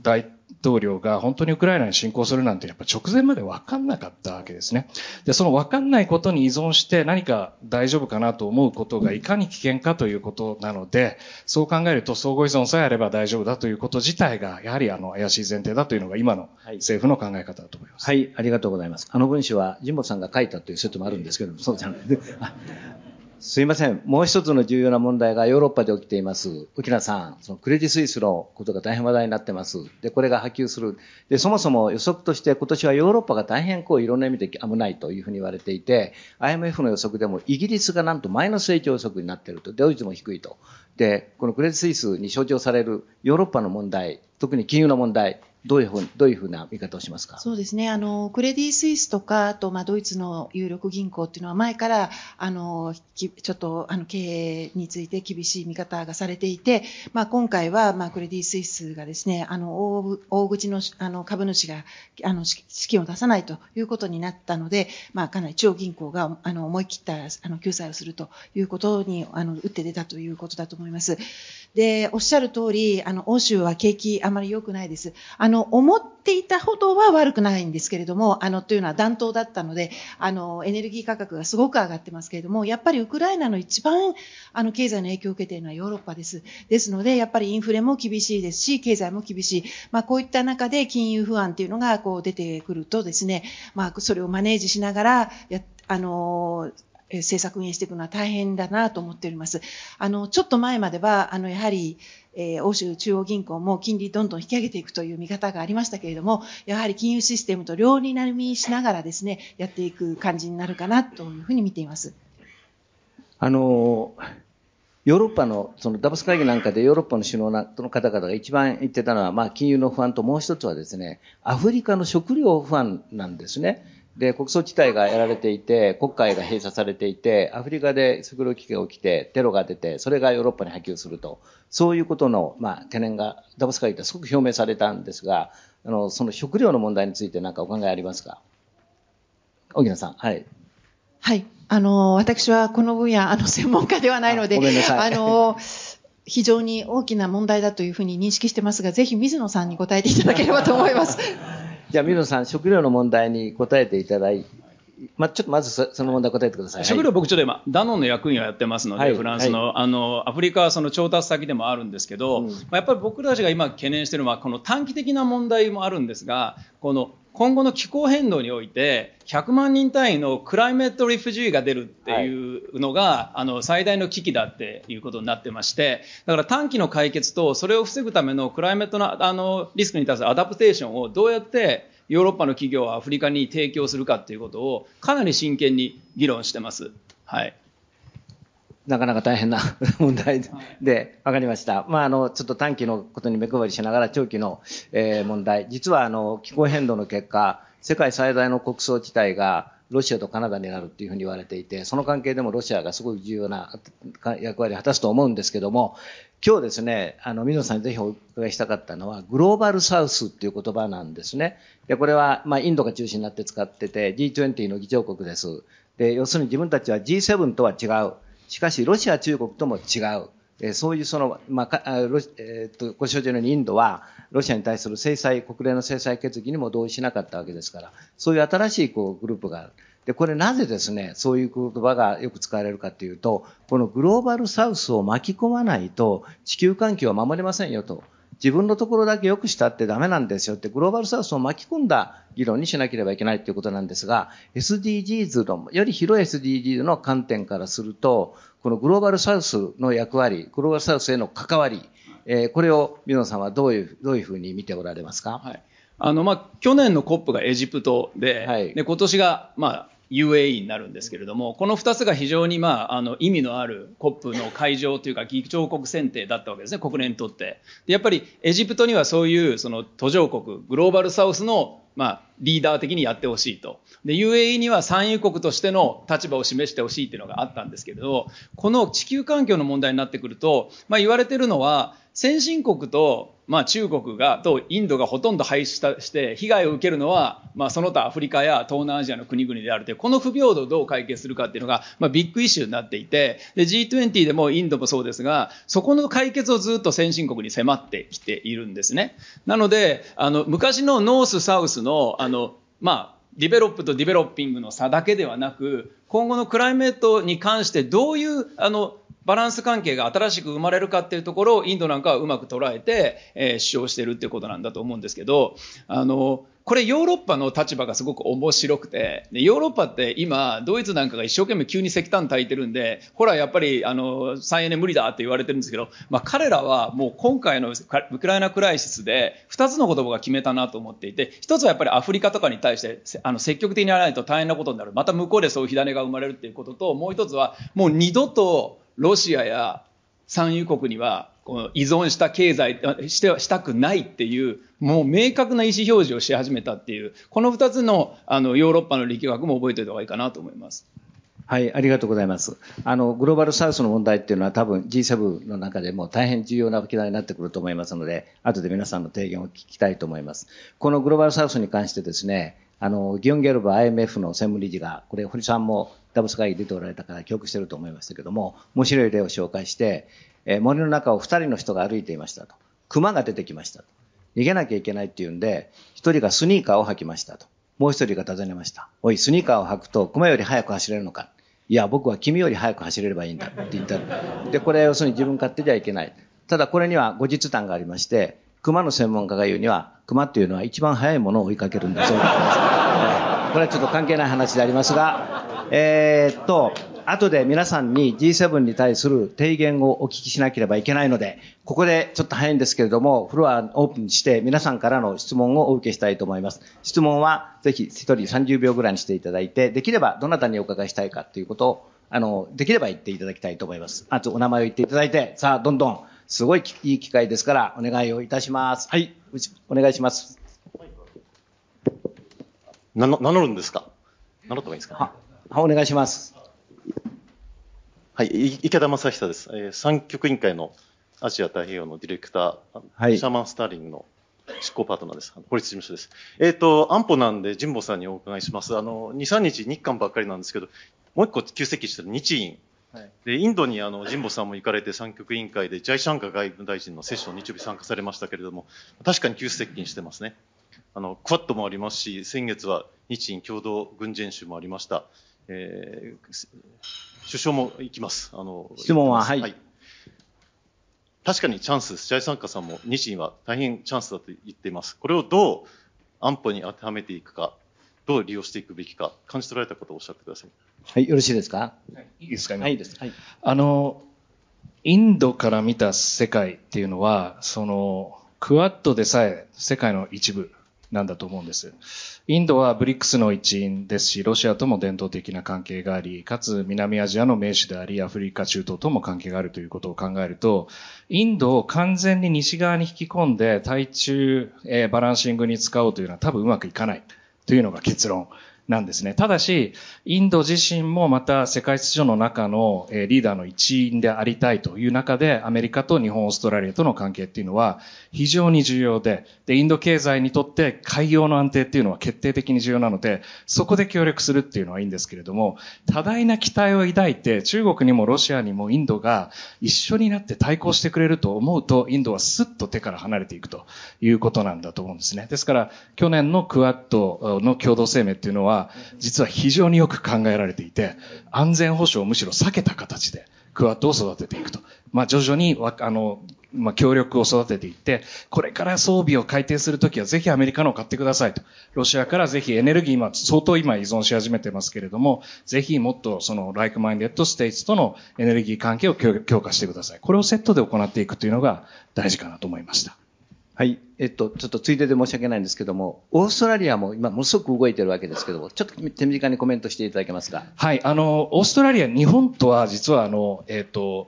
統領が本当にウクライナに侵攻するなんてやっぱ直前まで分かんなかったわけですね。で、その分かんないことに依存して何か大丈夫かなと思うことがいかに危険かということなので、そう考えると相互依存さえあれば大丈夫だということ自体がやはりあの怪しい前提だというのが今の政府の考え方だと思います。 はい、はい、ありがとうございます。あの文章は神保さんが書いたという説もあるんですけども、そうじゃない。すいません。もう一つの重要な問題がヨーロッパで起きています。沖縄さん、そのクレディスイスのことが大変話題になってます。で、これが波及する。で、そもそも予測として今年はヨーロッパが大変こういろんな意味で危ないというふうに言われていて、アイエムエフ の予測でもイギリスがなんとマイナス成長予測になっていると。ドイツも低いと。で、このクレディスイスに象徴されるヨーロッパの問題、特に金融の問題、どういうふう、どういうふうな見方をしますか？ そうですね。あの、クレディ・スイスとか、あと、まあ、ドイツの有力銀行っていうのは前から、あの、ちょっと、あの、経営について厳しい見方がされていて、まあ、今回は、まあ、クレディ・スイスがですね、あの、大、大口の、あの、株主が、あの、資金を出さないということになったので、まあ、かなり中央銀行が、あの、思い切った、あの、救済をするということに、あの、打って出たということだと思います。で、おっしゃる通り、あの、欧州は景気あまり良くないです。あの、思っていたほどは悪くないんですけれども、あの、というのは暖冬だったので、あの、エネルギー価格がすごく上がってますけれども、やっぱりウクライナの一番、あの、経済の影響を受けているのはヨーロッパです。ですので、やっぱりインフレも厳しいですし、経済も厳しい。まあ、こういった中で金融不安っていうのが、こう、出てくるとですね、まあ、それをマネージしながら、や、あの、政策運営していくのは大変だなと思っております。あの、ちょっと前までは、あの、やはり、えー、欧州中央銀行も金利どんどん引き上げていくという見方がありましたけれども、やはり金融システムと両になみしながらですね、やっていく感じになるかなというふうに見ています。 あの、ヨーロッパの、そのダボス会議なんかでヨーロッパの首脳の方々が一番言ってたのは、まあ、金融の不安ともう一つはですね、アフリカの食料不安なんですね。で、国葬地帯がやられていて、国会が閉鎖されていて、アフリカで食料危機が起きて、テロが出て、それがヨーロッパに波及すると。そういうことの、まあ、懸念が、ダボス会議ですごく表明されたんですが、あの、その食料の問題について何かお考えありますか？荻野さん。はい。 はい。あの、私はこの分野、あの、専門家ではないので、 ごめんなさい。 あの、非常に大きな問題だというふうに認識してますが、ぜひ水野さんに答えていただければと思います。 じゃあ、水野さん、食料の問題に答えていただいて、まあ、ちょっとまずその問題答えてください。 食料、僕ちょっと今、ダノンの役員をやってますので、 はい、 フランスの、はい、あの、アフリカはその調達先でもあるんですけど、うん、まあ、やっぱり僕たちが今懸念しているのは、この短期的な問題もあるんですが、この今後の気候変動において、ひゃくまんにん単位のクライメットリフュージーが出るっていうのが、はい、あの、最大の危機だっていうことになってまして、だから短期の解決と、それを防ぐためのクライメットの、あの、リスクに対するアダプテーションをどうやって、ヨーロッパの企業はアフリカに提供するかということをかなり真剣に議論してます。はい。 なかなか大変な問題で、わかりました。まあ、あの、ちょっと短期のことに目配りしながら長期の、えー、問題。実は、あの、気候変動の結果、世界最大の穀倉地帯がロシアとカナダになるっていうふうに言われていて、その関係でもロシアがすごく重要な役割を果たすと思うんですけども、今日ですね、あの、水野さんにぜひお伺いしたかったのは、グローバルサウスっていう言葉なんですね。で、これは、まあ、インドが中心になって使ってて、ジートゥエンティー の議長国です。で、要するに自分たちは ジーセブン とは違う。しかし、ロシア、中国とも違う。えー、そういうその、まあ、ロえー、っと、ご承知のようにインドは、ロシアに対する制裁、国連の制裁決議にも同意しなかったわけですから、そういう新しいこうグループがある。で、これなぜですね、そういう言葉がよく使われるかというと、このグローバルサウスを巻き込まないと地球環境は守れませんよと。自分のところだけ良くしたってダメなんですよって、グローバルサウスを巻き込んだ議論にしなければいけないということなんですが、エスディージーズ の、より広い エスディージーズ の観点からすると、このグローバルサウスの役割、グローバルサウスへの関わり、えー、これを水野さんはどういう、どういうふうに見ておられますか？ はい。あの、まあ、去年の コップ がエジプトで、はい、で、今年が、まあ、ユーエーイー になるんですけれども、このふたつが非常に、まあ、あの意味のある コップ の会場というか議長国選定だったわけですね、国連にとって。でやっぱりエジプトにはそういうその途上国、グローバルサウスの、まあ、リーダー的にやってほしいと。で ユーエーイー には産油国としての立場を示してほしいというのがあったんですけれど、この地球環境の問題になってくると、まあ、言われているのは先進国とまあ、中国がとインドがほとんど廃止して被害を受けるのは、まあ、その他アフリカや東南アジアの国々であるという、この不平等をどう解決するかっていうのが、まあ、ビッグイシューになっていて、で ジーにじゅう でもインドもそうですが、そこの解決をずっと先進国に迫ってきているんですね。なのであの昔のノースサウスのあの、まあ、ディベロップとディベロッピングの差だけではなく、今後のクライメートに関してどういうあのバランス関係が新しく生まれるかっていうところをインドなんかはうまく捉えて、えー、主張しているっていうことなんだと思うんですけど、あのこれヨーロッパの立場がすごく面白くて、でヨーロッパって今ドイツなんかが一生懸命急に石炭焚いてるんで、ほらやっぱりあの再エネ無理だって言われてるんですけど、まあ、彼らはもう今回のウクライナクライシスでふたつのことが決めたなと思っていて、一つはやっぱりアフリカとかに対してあの積極的にやらないと大変なことになる、また向こうでそういう火種が生まれるっていうことと、もう一つはもう二度とロシアや産油国にはこの依存した経済してしたくないっていう、もう明確な意思表示をし始めたっていう、このふたつのあのヨーロッパの力学も覚えておいた方がいいかなと思います。 はい、ありがとうございます。あの、グローバルサウスの問題っていうのは多分 ジーセブン の中でも大変重要な議題になってくると思いますので、後で皆さんの提言を聞きたいと思います。このグローバルサウスに関してですね、あの、ギオン・ゲルバ アイエムエフ の専務理事が、これ堀さんもダボス会議出ておられたから記憶してると思いましたけども、面白い例を紹介して、えー、森の中をふたりの人が歩いていましたと。熊が出てきましたと。逃げなきゃいけないっていうんで、ひとりがスニーカーを履きましたと。もうひとりが尋ねました。おい、スニーカーを履くと熊より速く走れるのか。いや、僕は君より速く走れればいいんだって言った。で、これは要するに自分勝手じゃいけない。ただこれには後日談がありまして、熊の専門家が言うには、熊っていうのは一番速いものを追いかけるんだそうです。これはちょっと関係ない話でありますが、えー、っと、後で皆さんに ジーセブン に対する提言をお聞きしなければいけないので、ここでちょっと早いんですけれども、フロアオープンして皆さんからの質問をお受けしたいと思います。質問はぜひ一人さんじゅうびょうぐらいにしていただいて、できればどなたにお伺いしたいかということを、あの、できれば言っていただきたいと思います。あとお名前を言っていただいて、さあ、どんどん、すごいいい機会ですから、お願いをいたします。はい、お願いします。 なの名乗るんですか？名乗った方がいいですか、ね？ は、は、お願いします。 はい、池田正久です。えー、産局委員会のアジア太平洋のディレクター、はい、シャーマンスターリングの執行パートナーです。法律事務所です。えっ、ー、と、安保なんで、神保さんにお伺いします。あの、に、さんにち日韓ばっかりなんですけど、もう一個急接近してる日印。はい、で、インドにあの、神保さんも行かれて産局委員会で、ジャイシャンカ外務大臣のセッションに日曜日参加されましたけれども、確かに急接近してますね。あの、クワッドもありますし、先月は日印共同軍事演習もありました。えー、首相も行きます。あの質問は、はい、はい。 確かにチャンスです。ジャイサンカさんも日印は大変チャンスだと言っています。これをどう安保に当てはめていくか、どう利用していくべきか、感じ取られたことをおっしゃってください。 はい、よろしいですか？はい、いいですかね。 はい、です。はい。 あの、インドから見た世界っていうのは、その、クワッドでさえ世界の一部なんだと思うんです。インドはブリックスの一員ですし、ロシアとも伝統的な関係があり、かつ南アジアの盟主であり、アフリカ、中東とも関係があるということを考えると、インドを完全に西側に引き込んで対中、えー、バランシングに使おうというのは多分うまくいかないというのが結論なんですね。ただし、インド自身もまた世界秩序の中のリーダーの一員でありたいという中で、アメリカと日本、オーストラリアとの関係っていうのは非常に重要で、で、インド経済にとって海洋の安定っていうのは決定的に重要なので、そこで協力するっていうのはいいんですけれども、多大な期待を抱いて、中国にもロシアにもインドが一緒になって対抗してくれると思うと、インドはスッと手から離れていくということなんだと思うんですね。ですから、去年のクアッドの共同声明っていうのは、実は非常によく考えられていて、安全保障をむしろ避けた形でクワッドを育てていくと。まあ徐々にあの、まあ、協力を育てていって、これから装備を改定するときはぜひアメリカのを買ってくださいと。ロシアからぜひエネルギー、今相当今依存し始めてますけれども、ぜひもっとそのライクマインデッドステイツとのエネルギー関係を強化してください。これをセットで行っていくというのが大事かなと思いました。 はい。えっと、ちょっとついでで申し訳ないんですけども、オーストラリアも今ものすごく動いてるわけですけども、ちょっと手短にコメントしていただけますか？ はい。あの、オーストラリア、日本とは実はあの、えっと、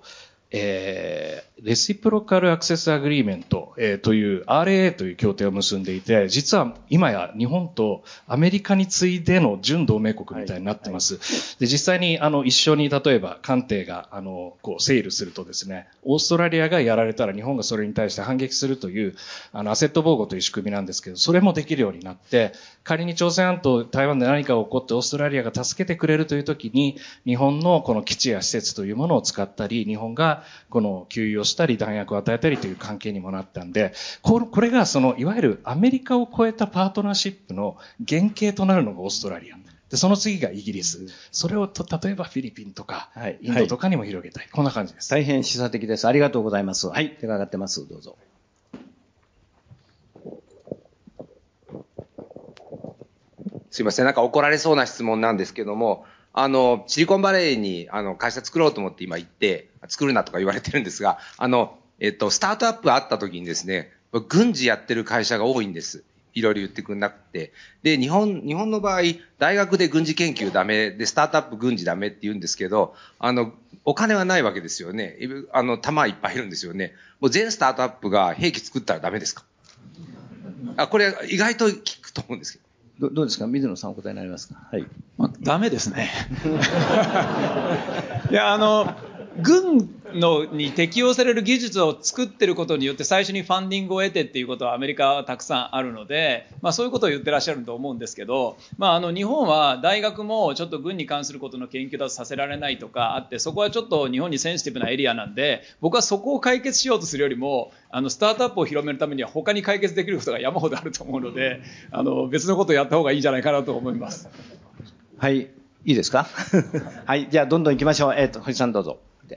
えー、レシプロカルアクセスアグリーメント、えー、という アールエーエー という協定を結んでいて、実は今や日本とアメリカに次いでの準同盟国みたいになってます。はいはい、で、実際にあの一緒に例えば艦艇があのこうセールするとですね、オーストラリアがやられたら日本がそれに対して反撃するというあのアセット防護という仕組みなんですけど、それもできるようになって、仮に朝鮮半島、台湾で何かが起こってオーストラリアが助けてくれるという時に、日本のこの基地や施設というものを使ったり、日本がこの給油をしたり弾薬を与えたりという関係にもなったんで、これがそのいわゆるアメリカを超えたパートナーシップの原型となるのがオーストラリアで、その次がイギリス、それをと例えばフィリピンとかインドとかにも広げたい、はい、こんな感じです。 大変示唆的です。ありがとうございます。はい、手が上がってます。どうぞ。 すいません、なんか怒られそうな質問なんですけども、あの、シリコンバレーに、あの、会社作ろうと思って今行って、作るなとか言われてるんですが、あの、えっと、スタートアップがあった時にですね、軍事やってる会社が多いんです。いろいろ言ってくんなくて。で、日本、日本の場合、大学で軍事研究ダメで、スタートアップ軍事ダメって言うんですけど、あの、お金はないわけですよね。あの、弾いっぱいいるんですよね。もう全スタートアップが兵器作ったらダメですか？あ、これ意外と聞くと思うんですけど。 ど, どうですか、水野さんお答えになりますか。はい。 まあ、ダメですね。いや、あの、軍のに適用される技術を作ってることによって最初にファンディングを得てっていうことはアメリカはたくさんあるので、まあ、そういうことを言ってらっしゃると思うんですけど、まあ、あの日本は大学もちょっと軍に関することの研究だとさせられないとかあって、そこはちょっと日本にセンシティブなエリアなんで、僕はそこを解決しようとするよりも、あのスタートアップを広めるためには他に解決できることが山ほどあると思うので、あの別のことをやった方がいいんじゃないかなと思います。 はい、いいですか。はい、じゃあどんどん行きましょう。えっと、堀さんどうぞ。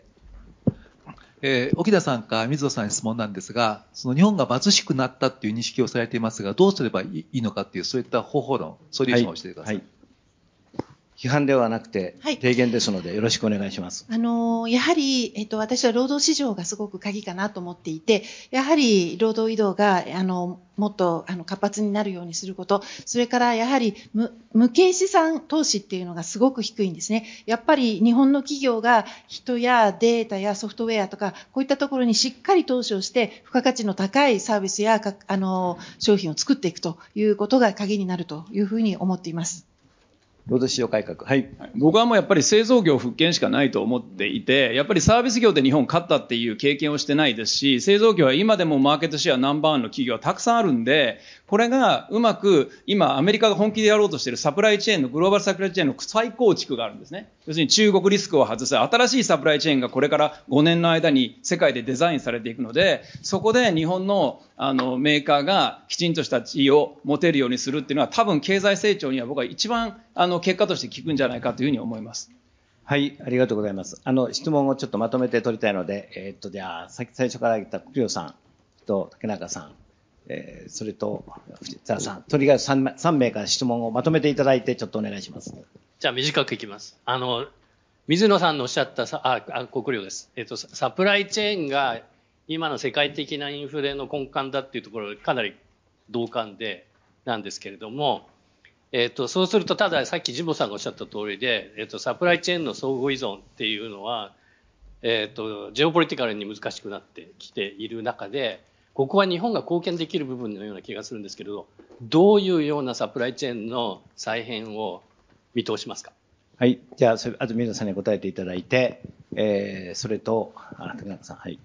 えー、沖田さんか水野さんに質問なんですが、その日本が貧しくなったっていう認識をされていますが、どうすればいいのかっていう、そういった方法論、ソリューションを教えてください。はいはい批判ではなくて提言ですので、よろしくお願いします。 あのやはり、えっと、私は労働市場がすごく鍵かなと思っていて、やはり労働移動があのもっとあの活発になるようにすること、それからやはり 無, 無形資産投資っていうのがすごく低いんですね。やっぱり日本の企業が人やデータやソフトウェアとかこういったところにしっかり投資をして付加価値の高いサービスやあの商品を作っていくということが鍵になるというふうに思っています。 労働市場改革、はい、 僕はもうやっぱり製造業復権しかないと思っていて、やっぱりサービス業で日本勝ったっていう経験をしてないですし、製造業は今でもマーケットシェアナンバーワンの企業はたくさんあるんで、これがうまく今アメリカが本気でやろうとしているサプライチェーンのグローバルサプライチェーンの再構築があるんですね。要するに中国リスクを外す新しいサプライチェーンがこれからごねんの間に世界でデザインされていくので、そこで日本のあのメーカーがきちんとした地位を持てるようにするっていうのは、多分経済成長には僕は一番あの結果として効くんじゃないかというふうに思います。 はい、ありがとうございます。あの質問をちょっとまとめて取りたいので、えー、っとじゃあ最初から言った栗尾さんと竹中さん、えー、それと藤沢さん、とりあえず 3, 3名から質問をまとめていただいてちょっとお願いします。 じゃあ短くいきます。あの水野さんのおっしゃったさああ国領です、えー、っとサプライチェーンが今の世界的なインフレの根幹だっていうところかなり同感でなんですけれども、えー、とそうするとたださっき神保さんがおっしゃった通りで、えー、とサプライチェーンの相互依存っていうのは、えー、とジェオポリティカルに難しくなってきている中で、ここは日本が貢献できる部分のような気がするんですけれど、どういうようなサプライチェーンの再編を見通しますか。 はい、じゃあそれあと水野さんに答えていただいて、えー、それとあ竹中さん、はい。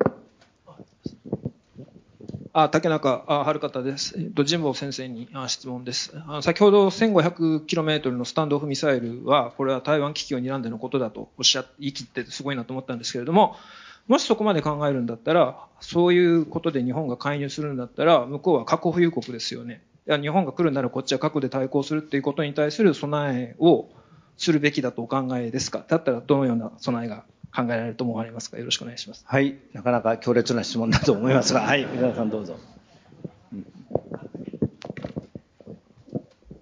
あ竹中春方です。えっと、神保先生に質問です。あ先ほど せんごひゃくキロメートル のスタンドオフミサイルは、これは台湾危機を睨んでのことだとおっしゃ言い切ってすごいなと思ったんですけれども、もしそこまで考えるんだったら、そういうことで日本が介入するんだったら、向こうは核保有国ですよね。いや日本が来るならこっちは核で対抗するっていうことに対する備えをするべきだとお考えですか。だったらどのような備えが考えられると思われますか。よろしくお願いします。 はい、なかなか強烈な質問だと思いますが、はい、水野さんどうぞ。うん、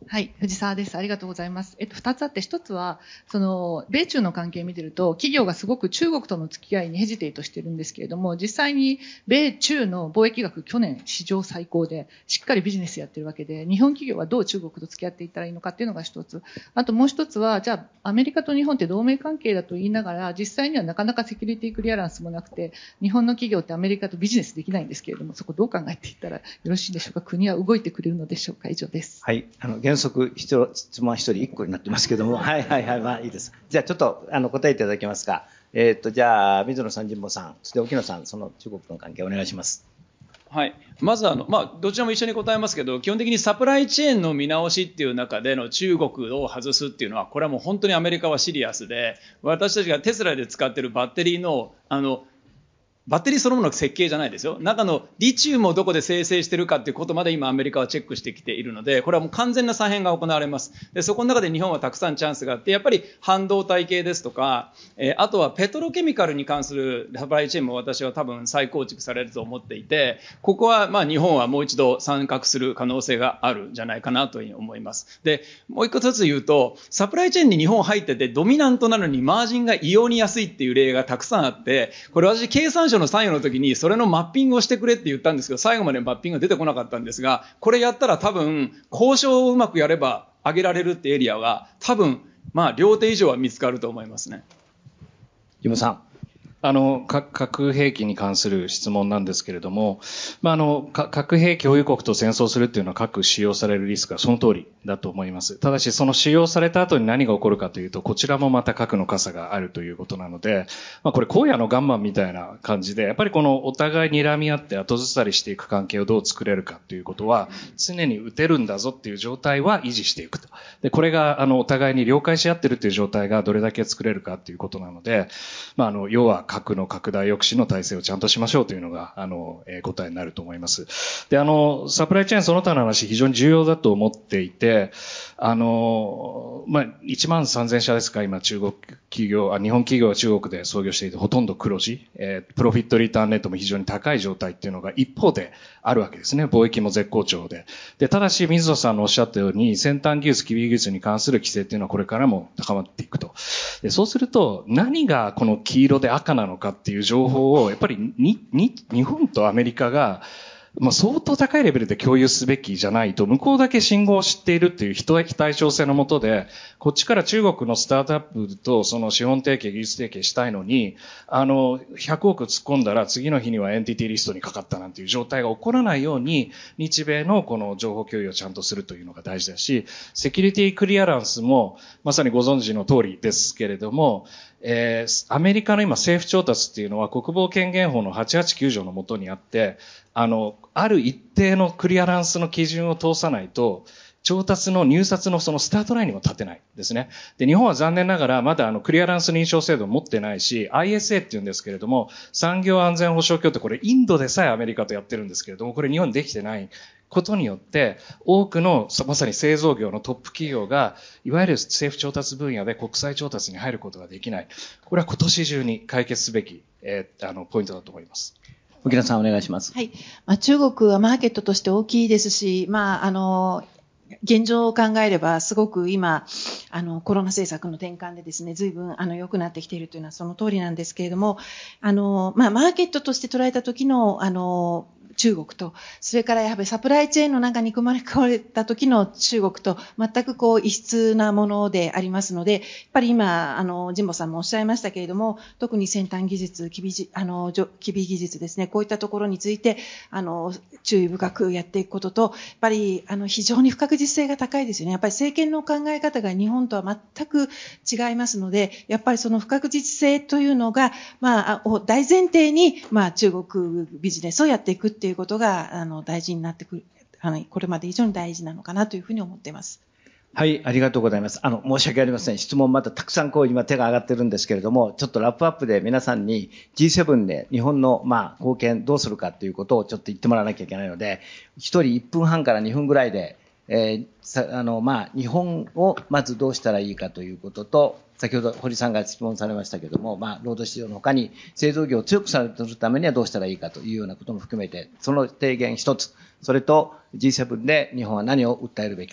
はい、藤沢です。ありがとうございます。えっと、二つあって、一つは、その、米中の関係を見てると、企業がすごく中国との付き合いにヘジテートしてるんですけれども、実際に米中の貿易額去年史上最高で、しっかりビジネスやってるわけで、日本企業はどう中国と付き合っていったらいいのかっていうのが一つ。あともう一つは、じゃあ、アメリカと日本って同盟関係だと言いながら、実際にはなかなかセキュリティクリアランスもなくて、日本の企業ってアメリカとビジネスできないんですけれども、そこどう考えていったらよろしいでしょうか。国は動いてくれるのでしょうか。以上です。 はい。あの、原則、質問一人一個になってますけども、はいはいはい、まあいいです。じゃあちょっと、あの、答えていただけますか。えっと、じゃあ、水野さん、神保さん、そして沖野さん、その中国との関係お願いします。 はい、まずあの、まあ、どちらも一緒に答えますけど、基本的にサプライチェーンの見直しっていう中での中国を外すっていうのは、これはもう本当にアメリカはシリアスで、私たちがテスラで使ってるバッテリーの、あの、バッテリーそのものの設計じゃないですよ。中のリチウムをどこで生成しているかということまで今アメリカはチェックしてきているので、これはもう完全な再編が行われます。で、そこの中で日本はたくさんチャンスがあって、やっぱり半導体系ですとか、えー、あとはペトロケミカルに関するサプライチェーンも私は多分再構築されると思っていて、ここはまあ日本はもう一度参画する可能性があるんじゃないかなというふうに思います。で、もう一個ずつ言うと、サプライチェーンに日本入っててドミナントなのにマージンが異様に安いっていう例がたくさんあって、これ私経産省の参与の時にそれのマッピングをしてくれって言ったんですけど、最後までマッピングが出てこなかったんですが、これやったら多分交渉をうまくやれば上げられるってエリアが多分まあ両手以上は見つかると思いますね。 ジムさん。 あの、核兵器に関する質問なんですけれども、まあ、あの、核兵器保有国と戦争するっていうのは核使用されるリスクはその通りだと思います。ただし、その使用された後に何が起こるかというと、こちらもまた核の傘があるということなので、まあ、これ荒野のガンマンみたいな感じで、やっぱりこのお互い睨み合って後ずさりしていく関係をどう作れるかということは、常に撃てるんだぞっていう状態は維持していくと。で、これが、あの、お互いに了解し合ってるっていう状態がどれだけ作れるかっていうことなので、まあ、あの、要は、核の拡大抑止の体制をちゃんとしましょうというのが、あの、えー、答えになると思います。で、あの、サプライチェーンその他の話非常に重要だと思っていて、あの、まあ、いちまんさんぜんしゃですか、今中国企業、あ、日本企業は中国で創業していて、ほとんど黒字、えー、プロフィットリターンレートも非常に高い状態っていうのが一方であるわけですね。貿易も絶好調で。で、ただし、水野さんのおっしゃったように、先端技術、機微技術に関する規制っていうのはこれからも高まっていくと。で、そうすると、何がこの黄色で赤なのかっていう情報を、やっぱりに、に、日本とアメリカが、まあ、相当高いレベルで共有すべきじゃないと、向こうだけ信号を知っているっていう非対称性のもとで、こっちから中国のスタートアップとその資本提携、技術提携したいのに、あの、ひゃくおく突っ込んだら次の日にはエンティティリストにかかったなんていう状態が起こらないように、日米のこの情報共有をちゃんとするというのが大事だし、セキュリティクリアランスも、まさにご存知の通りですけれども、えー、アメリカの今政府調達っていうのは国防権限法のはちはちきゅう条のもとにあって、あの、ある一定のクリアランスの基準を通さないと、調達の入札のそのスタートラインにも立てないですね。で、日本は残念ながらまだあのクリアランス認証制度を持ってないし、アイエスエー って言うんですけれども、産業安全保障協定、これインドでさえアメリカとやってるんですけれども、これ日本にできてないことによって、多くのまさに製造業のトップ企業が、いわゆる政府調達分野で国際調達に入ることができない。これは今年中に解決すべき、えー、あのポイントだと思います。 沖野さんお願いします。 はい。まあ、中国はマーケットとして大きいですし、まあ、あの、現状を考えれば、すごく今、あの、コロナ政策の転換でですね、随分、あの、良くなってきているというのはその通りなんですけれども、あの、まあ、マーケットとして捉えた時の、あの、中国と、それからやはりサプライチェーンの中に組まれ込まれた時の中国と、全くこう異質なものでありますので、やっぱり今、あの、神保さんもおっしゃいましたけれども、特に先端技術、機微あの、機微技術ですね、こういったところについて、あの、注意深くやっていくことと、やっぱり、あの、非常に不確実性が高いですよね。やっぱり政権の考え方が日本とは全く違いますので、やっぱりその不確実性というのが、まあ、大前提に、まあ、中国ビジネスをやっていくっていうことが、あの、大事になってくる、あの、これまで以上に大事なのかなというふうに思っています。 はい、ありがとうございます。あの、申し訳ありません。質問まだたくさんこう今手が上がってるんですけれども、ちょっとラップアップで皆さんに ジーセブン で日本のまあ貢献どうするかということをちょっと言ってもらわなきゃいけないので、一人いっぷんはんからにふんぐらいで、えー、さあの、まあ、日本をまずどうしたらいいかということと、先ほど堀さんが質問されましたけれども、まあ、労働市場の他に製造業を強くするためにはどうしたらいいかというようなことも含めて、その提言一つ、それと ジーセブン で日本は何を訴えるべきか。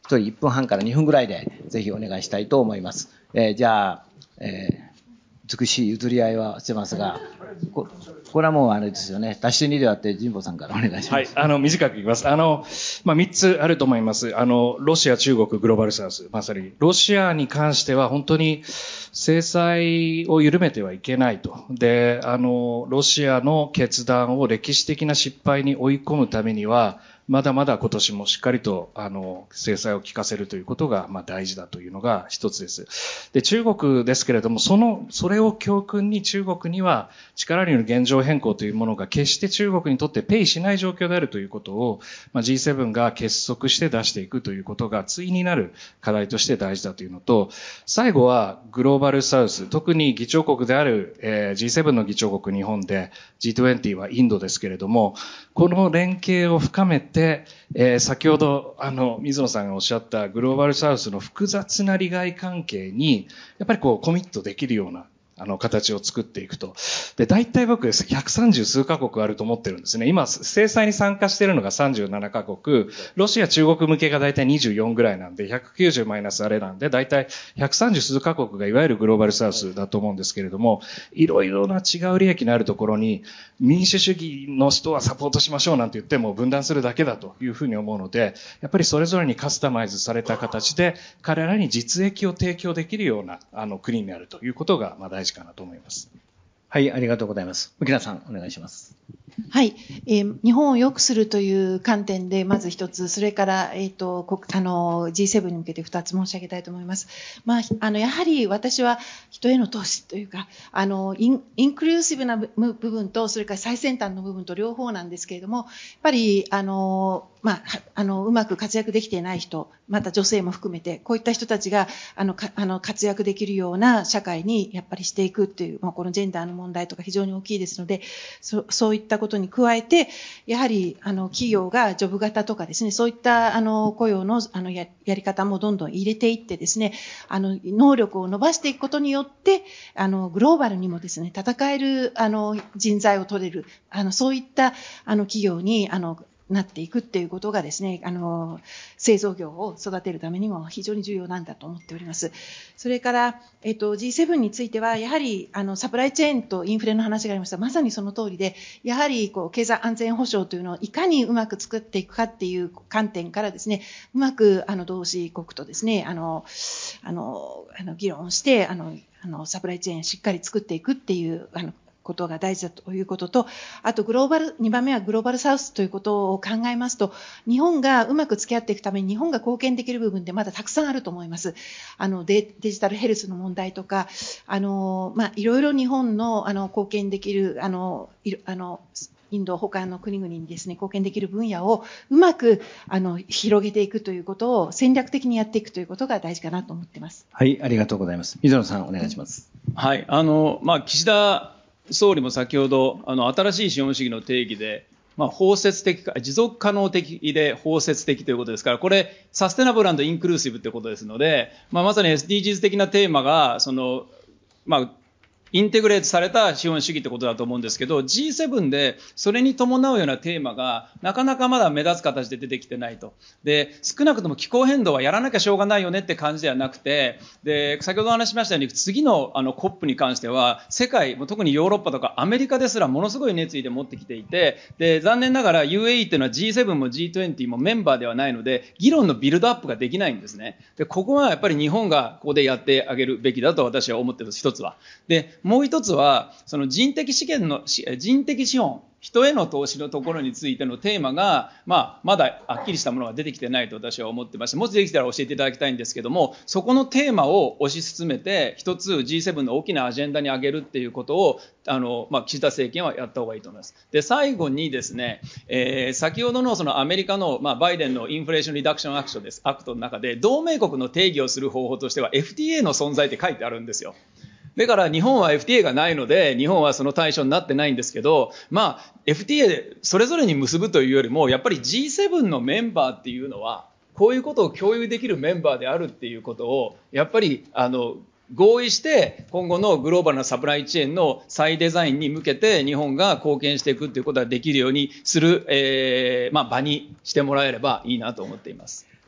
ひとりいっぷんはんからにふんぐらいでぜひお願いしたいと思います。えー、じゃあ、えー、美しい譲り合いはしてますが、ここれはもうあれですよね。ダッシュにではって神保さんからお願いします。 はい、あの短く言います。あのまあみっつあると思います。あのロシア、中国、グローバルサウス、まさにロシアに関しては本当に制裁を緩めてはいけないと。で、あのロシアの決断を歴史的な失敗に追い込むためには。まだまだ今年もしっかりと、あの、制裁を効かせるということが、まあ大事だというのが一つです。で、中国ですけれども、その、それを教訓に中国には力による現状変更というものが決して中国にとってペイしない状況であるということを、まあ ジーセブン が結束して出していくということが対になる課題として大事だというのと、最後はグローバルサウス、特に議長国である、えー、ジーセブン の議長国日本で ジートゥエンティー はインドですけれども、この連携を深めてで、えー、先ほど、あの、水野さんがおっしゃったグローバルサウスの複雑な利害関係に、やっぱりこう、コミットできるような、あの、形を作っていくと。で、大体僕です。ひゃくさんじゅう数カ国あると思ってるんですね。今、制裁に参加しているのがさんじゅうななカ国、ロシア、中国向けが大体にじゅうよんぐらいなんで、ひゃくきゅうじゅうマイナスあれなんで、大体ひゃくさんじゅう数カ国がいわゆるグローバルサウスだと思うんですけれども、いろいろな違う利益のあるところに、民主主義の人はサポートしましょうなんて言っても分断するだけだというふうに思うので、やっぱりそれぞれにカスタマイズされた形で、彼らに実益を提供できるような、あの、国になるということが、まあ大事かなと思います。 はい、ありがとうございます。浮田さん、お願いします。 はい、えー、日本を良くするという観点でまず一つ、それから、えーと、こあの ジーセブン に向けて二つ申し上げたいと思います。まあ、あのやはり私は人への投資というか、あのインインクルーシブな部分と、それから最先端の部分と両方なんですけれども、やっぱりあのまあ、あのうまく活躍できていない人、また女性も含めて、こういった人たちがあのかあの活躍できるような社会にやっぱりしていくっていう、まあ、このジェンダーの問題とか非常に大きいですので、そそういったことに加えて、やはりあの企業がジョブ型とかですね、そういったあの雇用のあの や, やり方もどんどん入れていってですね、あの能力を伸ばしていくことによって、あのグローバルにもですね、戦えるあの人材を取れる、あのそういったあの企業にあのなっていくっていうことがですね、あの製造業を育てるためにも非常に重要なんだと思っております。それから、えっと、ジーセブン についてはやはりあのサプライチェーンとインフレの話がありました。まさにその通りで、やはりこう経済安全保障というのをいかにうまく作っていくかっていう観点からですね、うまくあの同志国とですね、あのあのあの議論をしてあのあのサプライチェーンしっかり作っていくっていうあのことが大事だということと、あとグローバル、にばんめはグローバルサウスということを考えますと、日本がうまく付き合っていくために日本が貢献できる部分ってまだたくさんあると思います。あの デ, デジタルヘルスの問題とか、あの、まあ、いろいろ日本のあの貢献できる、あの、いあのインド他の国々にですね、貢献できる分野をうまくあの広げていくということを戦略的にやっていくということが大事かなと思っています。 はい、ありがとうございます。水野さん、お願いします。 はい、あの、まあ、岸田総理も先ほどあの新しい資本主義の定義で、まあ、包摂的か持続可能的で包摂的ということですから、これサステナブル&インクルーシブということですので、まあ、まさに エスディージーズ 的なテーマがその、まあ、インテグレートされた資本主義ってことだと思うんですけど、 ジーセブン でそれに伴うようなテーマがなかなかまだ目立つ形で出てきてないと。で、少なくとも気候変動はやらなきゃしょうがないよねって感じではなくて、で、先ほどお話しましたように次のあの コップ に関しては世界、特にヨーロッパとかアメリカですらものすごい熱意で持ってきていて、で、残念ながら ユーエーイー っていうのは ジーセブン も ジートゥエンティー もメンバーではないので、議論のビルドアップができないんですね。で、ここはやっぱり日本がここでやってあげるべきだと私は思っています。一つは。で、もう一つはその人的資源の人的資本、人への投資のところについてのテーマが、まあ、まだはっきりしたものが出てきてないと私は思ってまして、もしできたら教えていただきたいんですけども、そこのテーマを推し進めて一つ ジーセブン の大きなアジェンダに上げるっていうことをあの、まあ、岸田政権はやった方がいいと思います。で、最後にですね、えー、先ほどのそのアメリカの、まあ、バイデンのインフレーションリダクションアクションです、アクトの中で同盟国の定義をする方法としては エフティーエー の存在って書いてあるんですよ。だから日本は エフティーエー がないので日本はその対象になってないんですけど、まあ エフティーエー それぞれに結ぶというよりもやっぱり ジーセブン のメンバーっていうのはこういうことを共有できるメンバーであるっていうことをやっぱりあの合意して今後のグローバルなサプライチェーンの再デザインに向けて日本が貢献していくということができるようにする、えーまあ、場にしてもらえればいいなと思っています。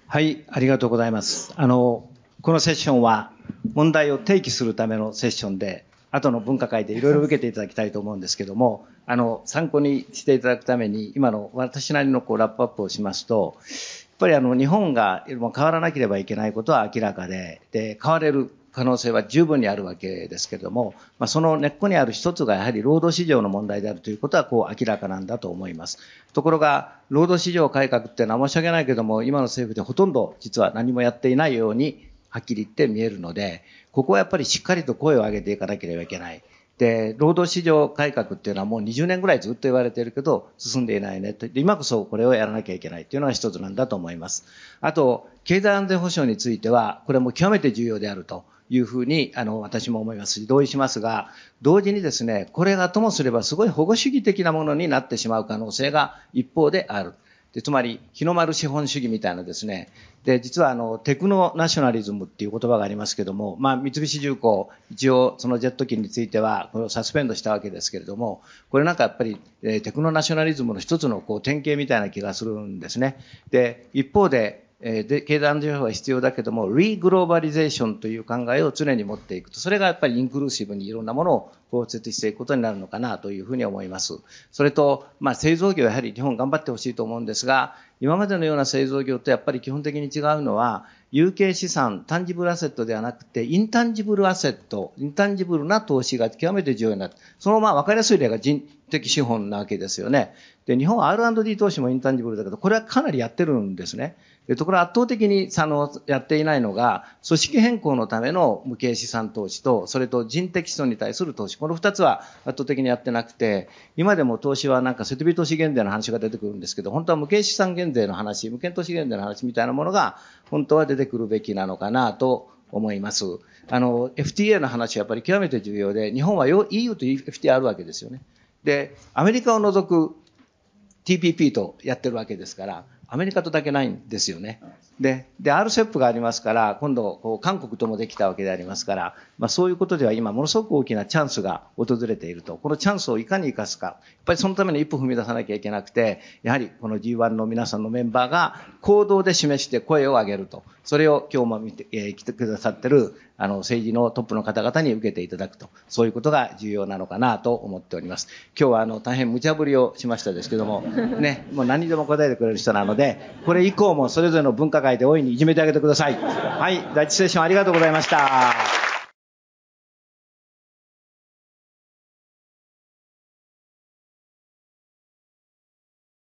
はい、ありがとうございます。あの、このセッションは問題を提起するためのセッションで、後の分科会でいろいろ受けていただきたいと思うんですけども、あの、参考にしていただくために、今の私なりのこうラップアップをしますと、やっぱりあの、日本が変わらなければいけないことは明らかで、で、変われる可能性は十分にあるわけですけれども、まあ、その根っこにある一つがやはり労働市場の問題であるということはこう明らかなんだと思います。ところが、労働市場改革っていうのは申し訳ないけども、今の政府でほとんど実は何もやっていないようにはっきり言って見えるので、ここはやっぱりしっかりと声を上げていかなければいけない。で、労働市場改革っていうのはもうにじゅうねんぐらいずっと言われているけど、進んでいないねと。今こそこれをやらなきゃいけないっていうのが一つなんだと思います。あと、経済安全保障については、これも極めて重要であるというふうに、あの、私も思いますし、同意しますが、同時にですね、これがともすればすごい保護主義的なものになってしまう可能性が一方である。で、つまり、日の丸資本主義みたいなですね、で、実はあの、テクノナショナリズムっていう言葉がありますけども、まあ、三菱重工、一応そのジェット機については、これをサスペンドしたわけですけれども、これなんかやっぱり、えー、テクノナショナリズムの一つのこう典型みたいな気がするんですね。で、一方で、えー、で経済安全保障は必要だけども、リーグローバリゼーションという考えを常に持っていくと、それがやっぱりインクルーシブにいろんなものを包摂していくことになるのかなというふうに思います。それと、まあ、製造業はやはり日本頑張ってほしいと思うんですが、今までのような製造業とやっぱり基本的に違うのは、有形資産、タンジブルアセットではなくて、インタンジブルアセット、インタンジブルな投資が極めて重要になって、そのまあ分かりやすい例が人的資本なわけですよね。で、日本は アールアンドディー 投資もインタンジブルだけど、これはかなりやってるんですね。で、ところが圧倒的に、あの、やっていないのが、組織変更のための無形資産投資と、それと人的資本に対する投資。この二つは圧倒的にやってなくて、今でも投資はなんか設備投資減税の話が出てくるんですけど、本当は無形資産減税の話、無形投資減税の話みたいなものが、本当は出てくるべきなのかなと思います。あの、エフティーエー の話はやっぱり極めて重要で、日本は イーユー と エフティーエー あるわけですよね。で、アメリカを除く ティーピーピー とやってるわけですから、アメリカとだけないんですよね。で、で、アールセップ がありますから、今度、こう、韓国ともできたわけでありますから、まあそういうことでは今、ものすごく大きなチャンスが訪れていると。このチャンスをいかに生かすか。やっぱりそのために一歩踏み出さなきゃいけなくて、やはりこの ジーワン の皆さんのメンバーが行動で示して声を上げると。それを今日も見て、えー、来てくださってる、あの、政治のトップの方々に受けていただくと。そういうことが重要なのかなと思っております。今日はあの、大変無茶ぶりをしましたですけども、ね、もう何にでも答えてくれる人なので、これ以降もそれぞれの分科会で大いにいじめてあげてください。はい、第一セッションありがとうございました。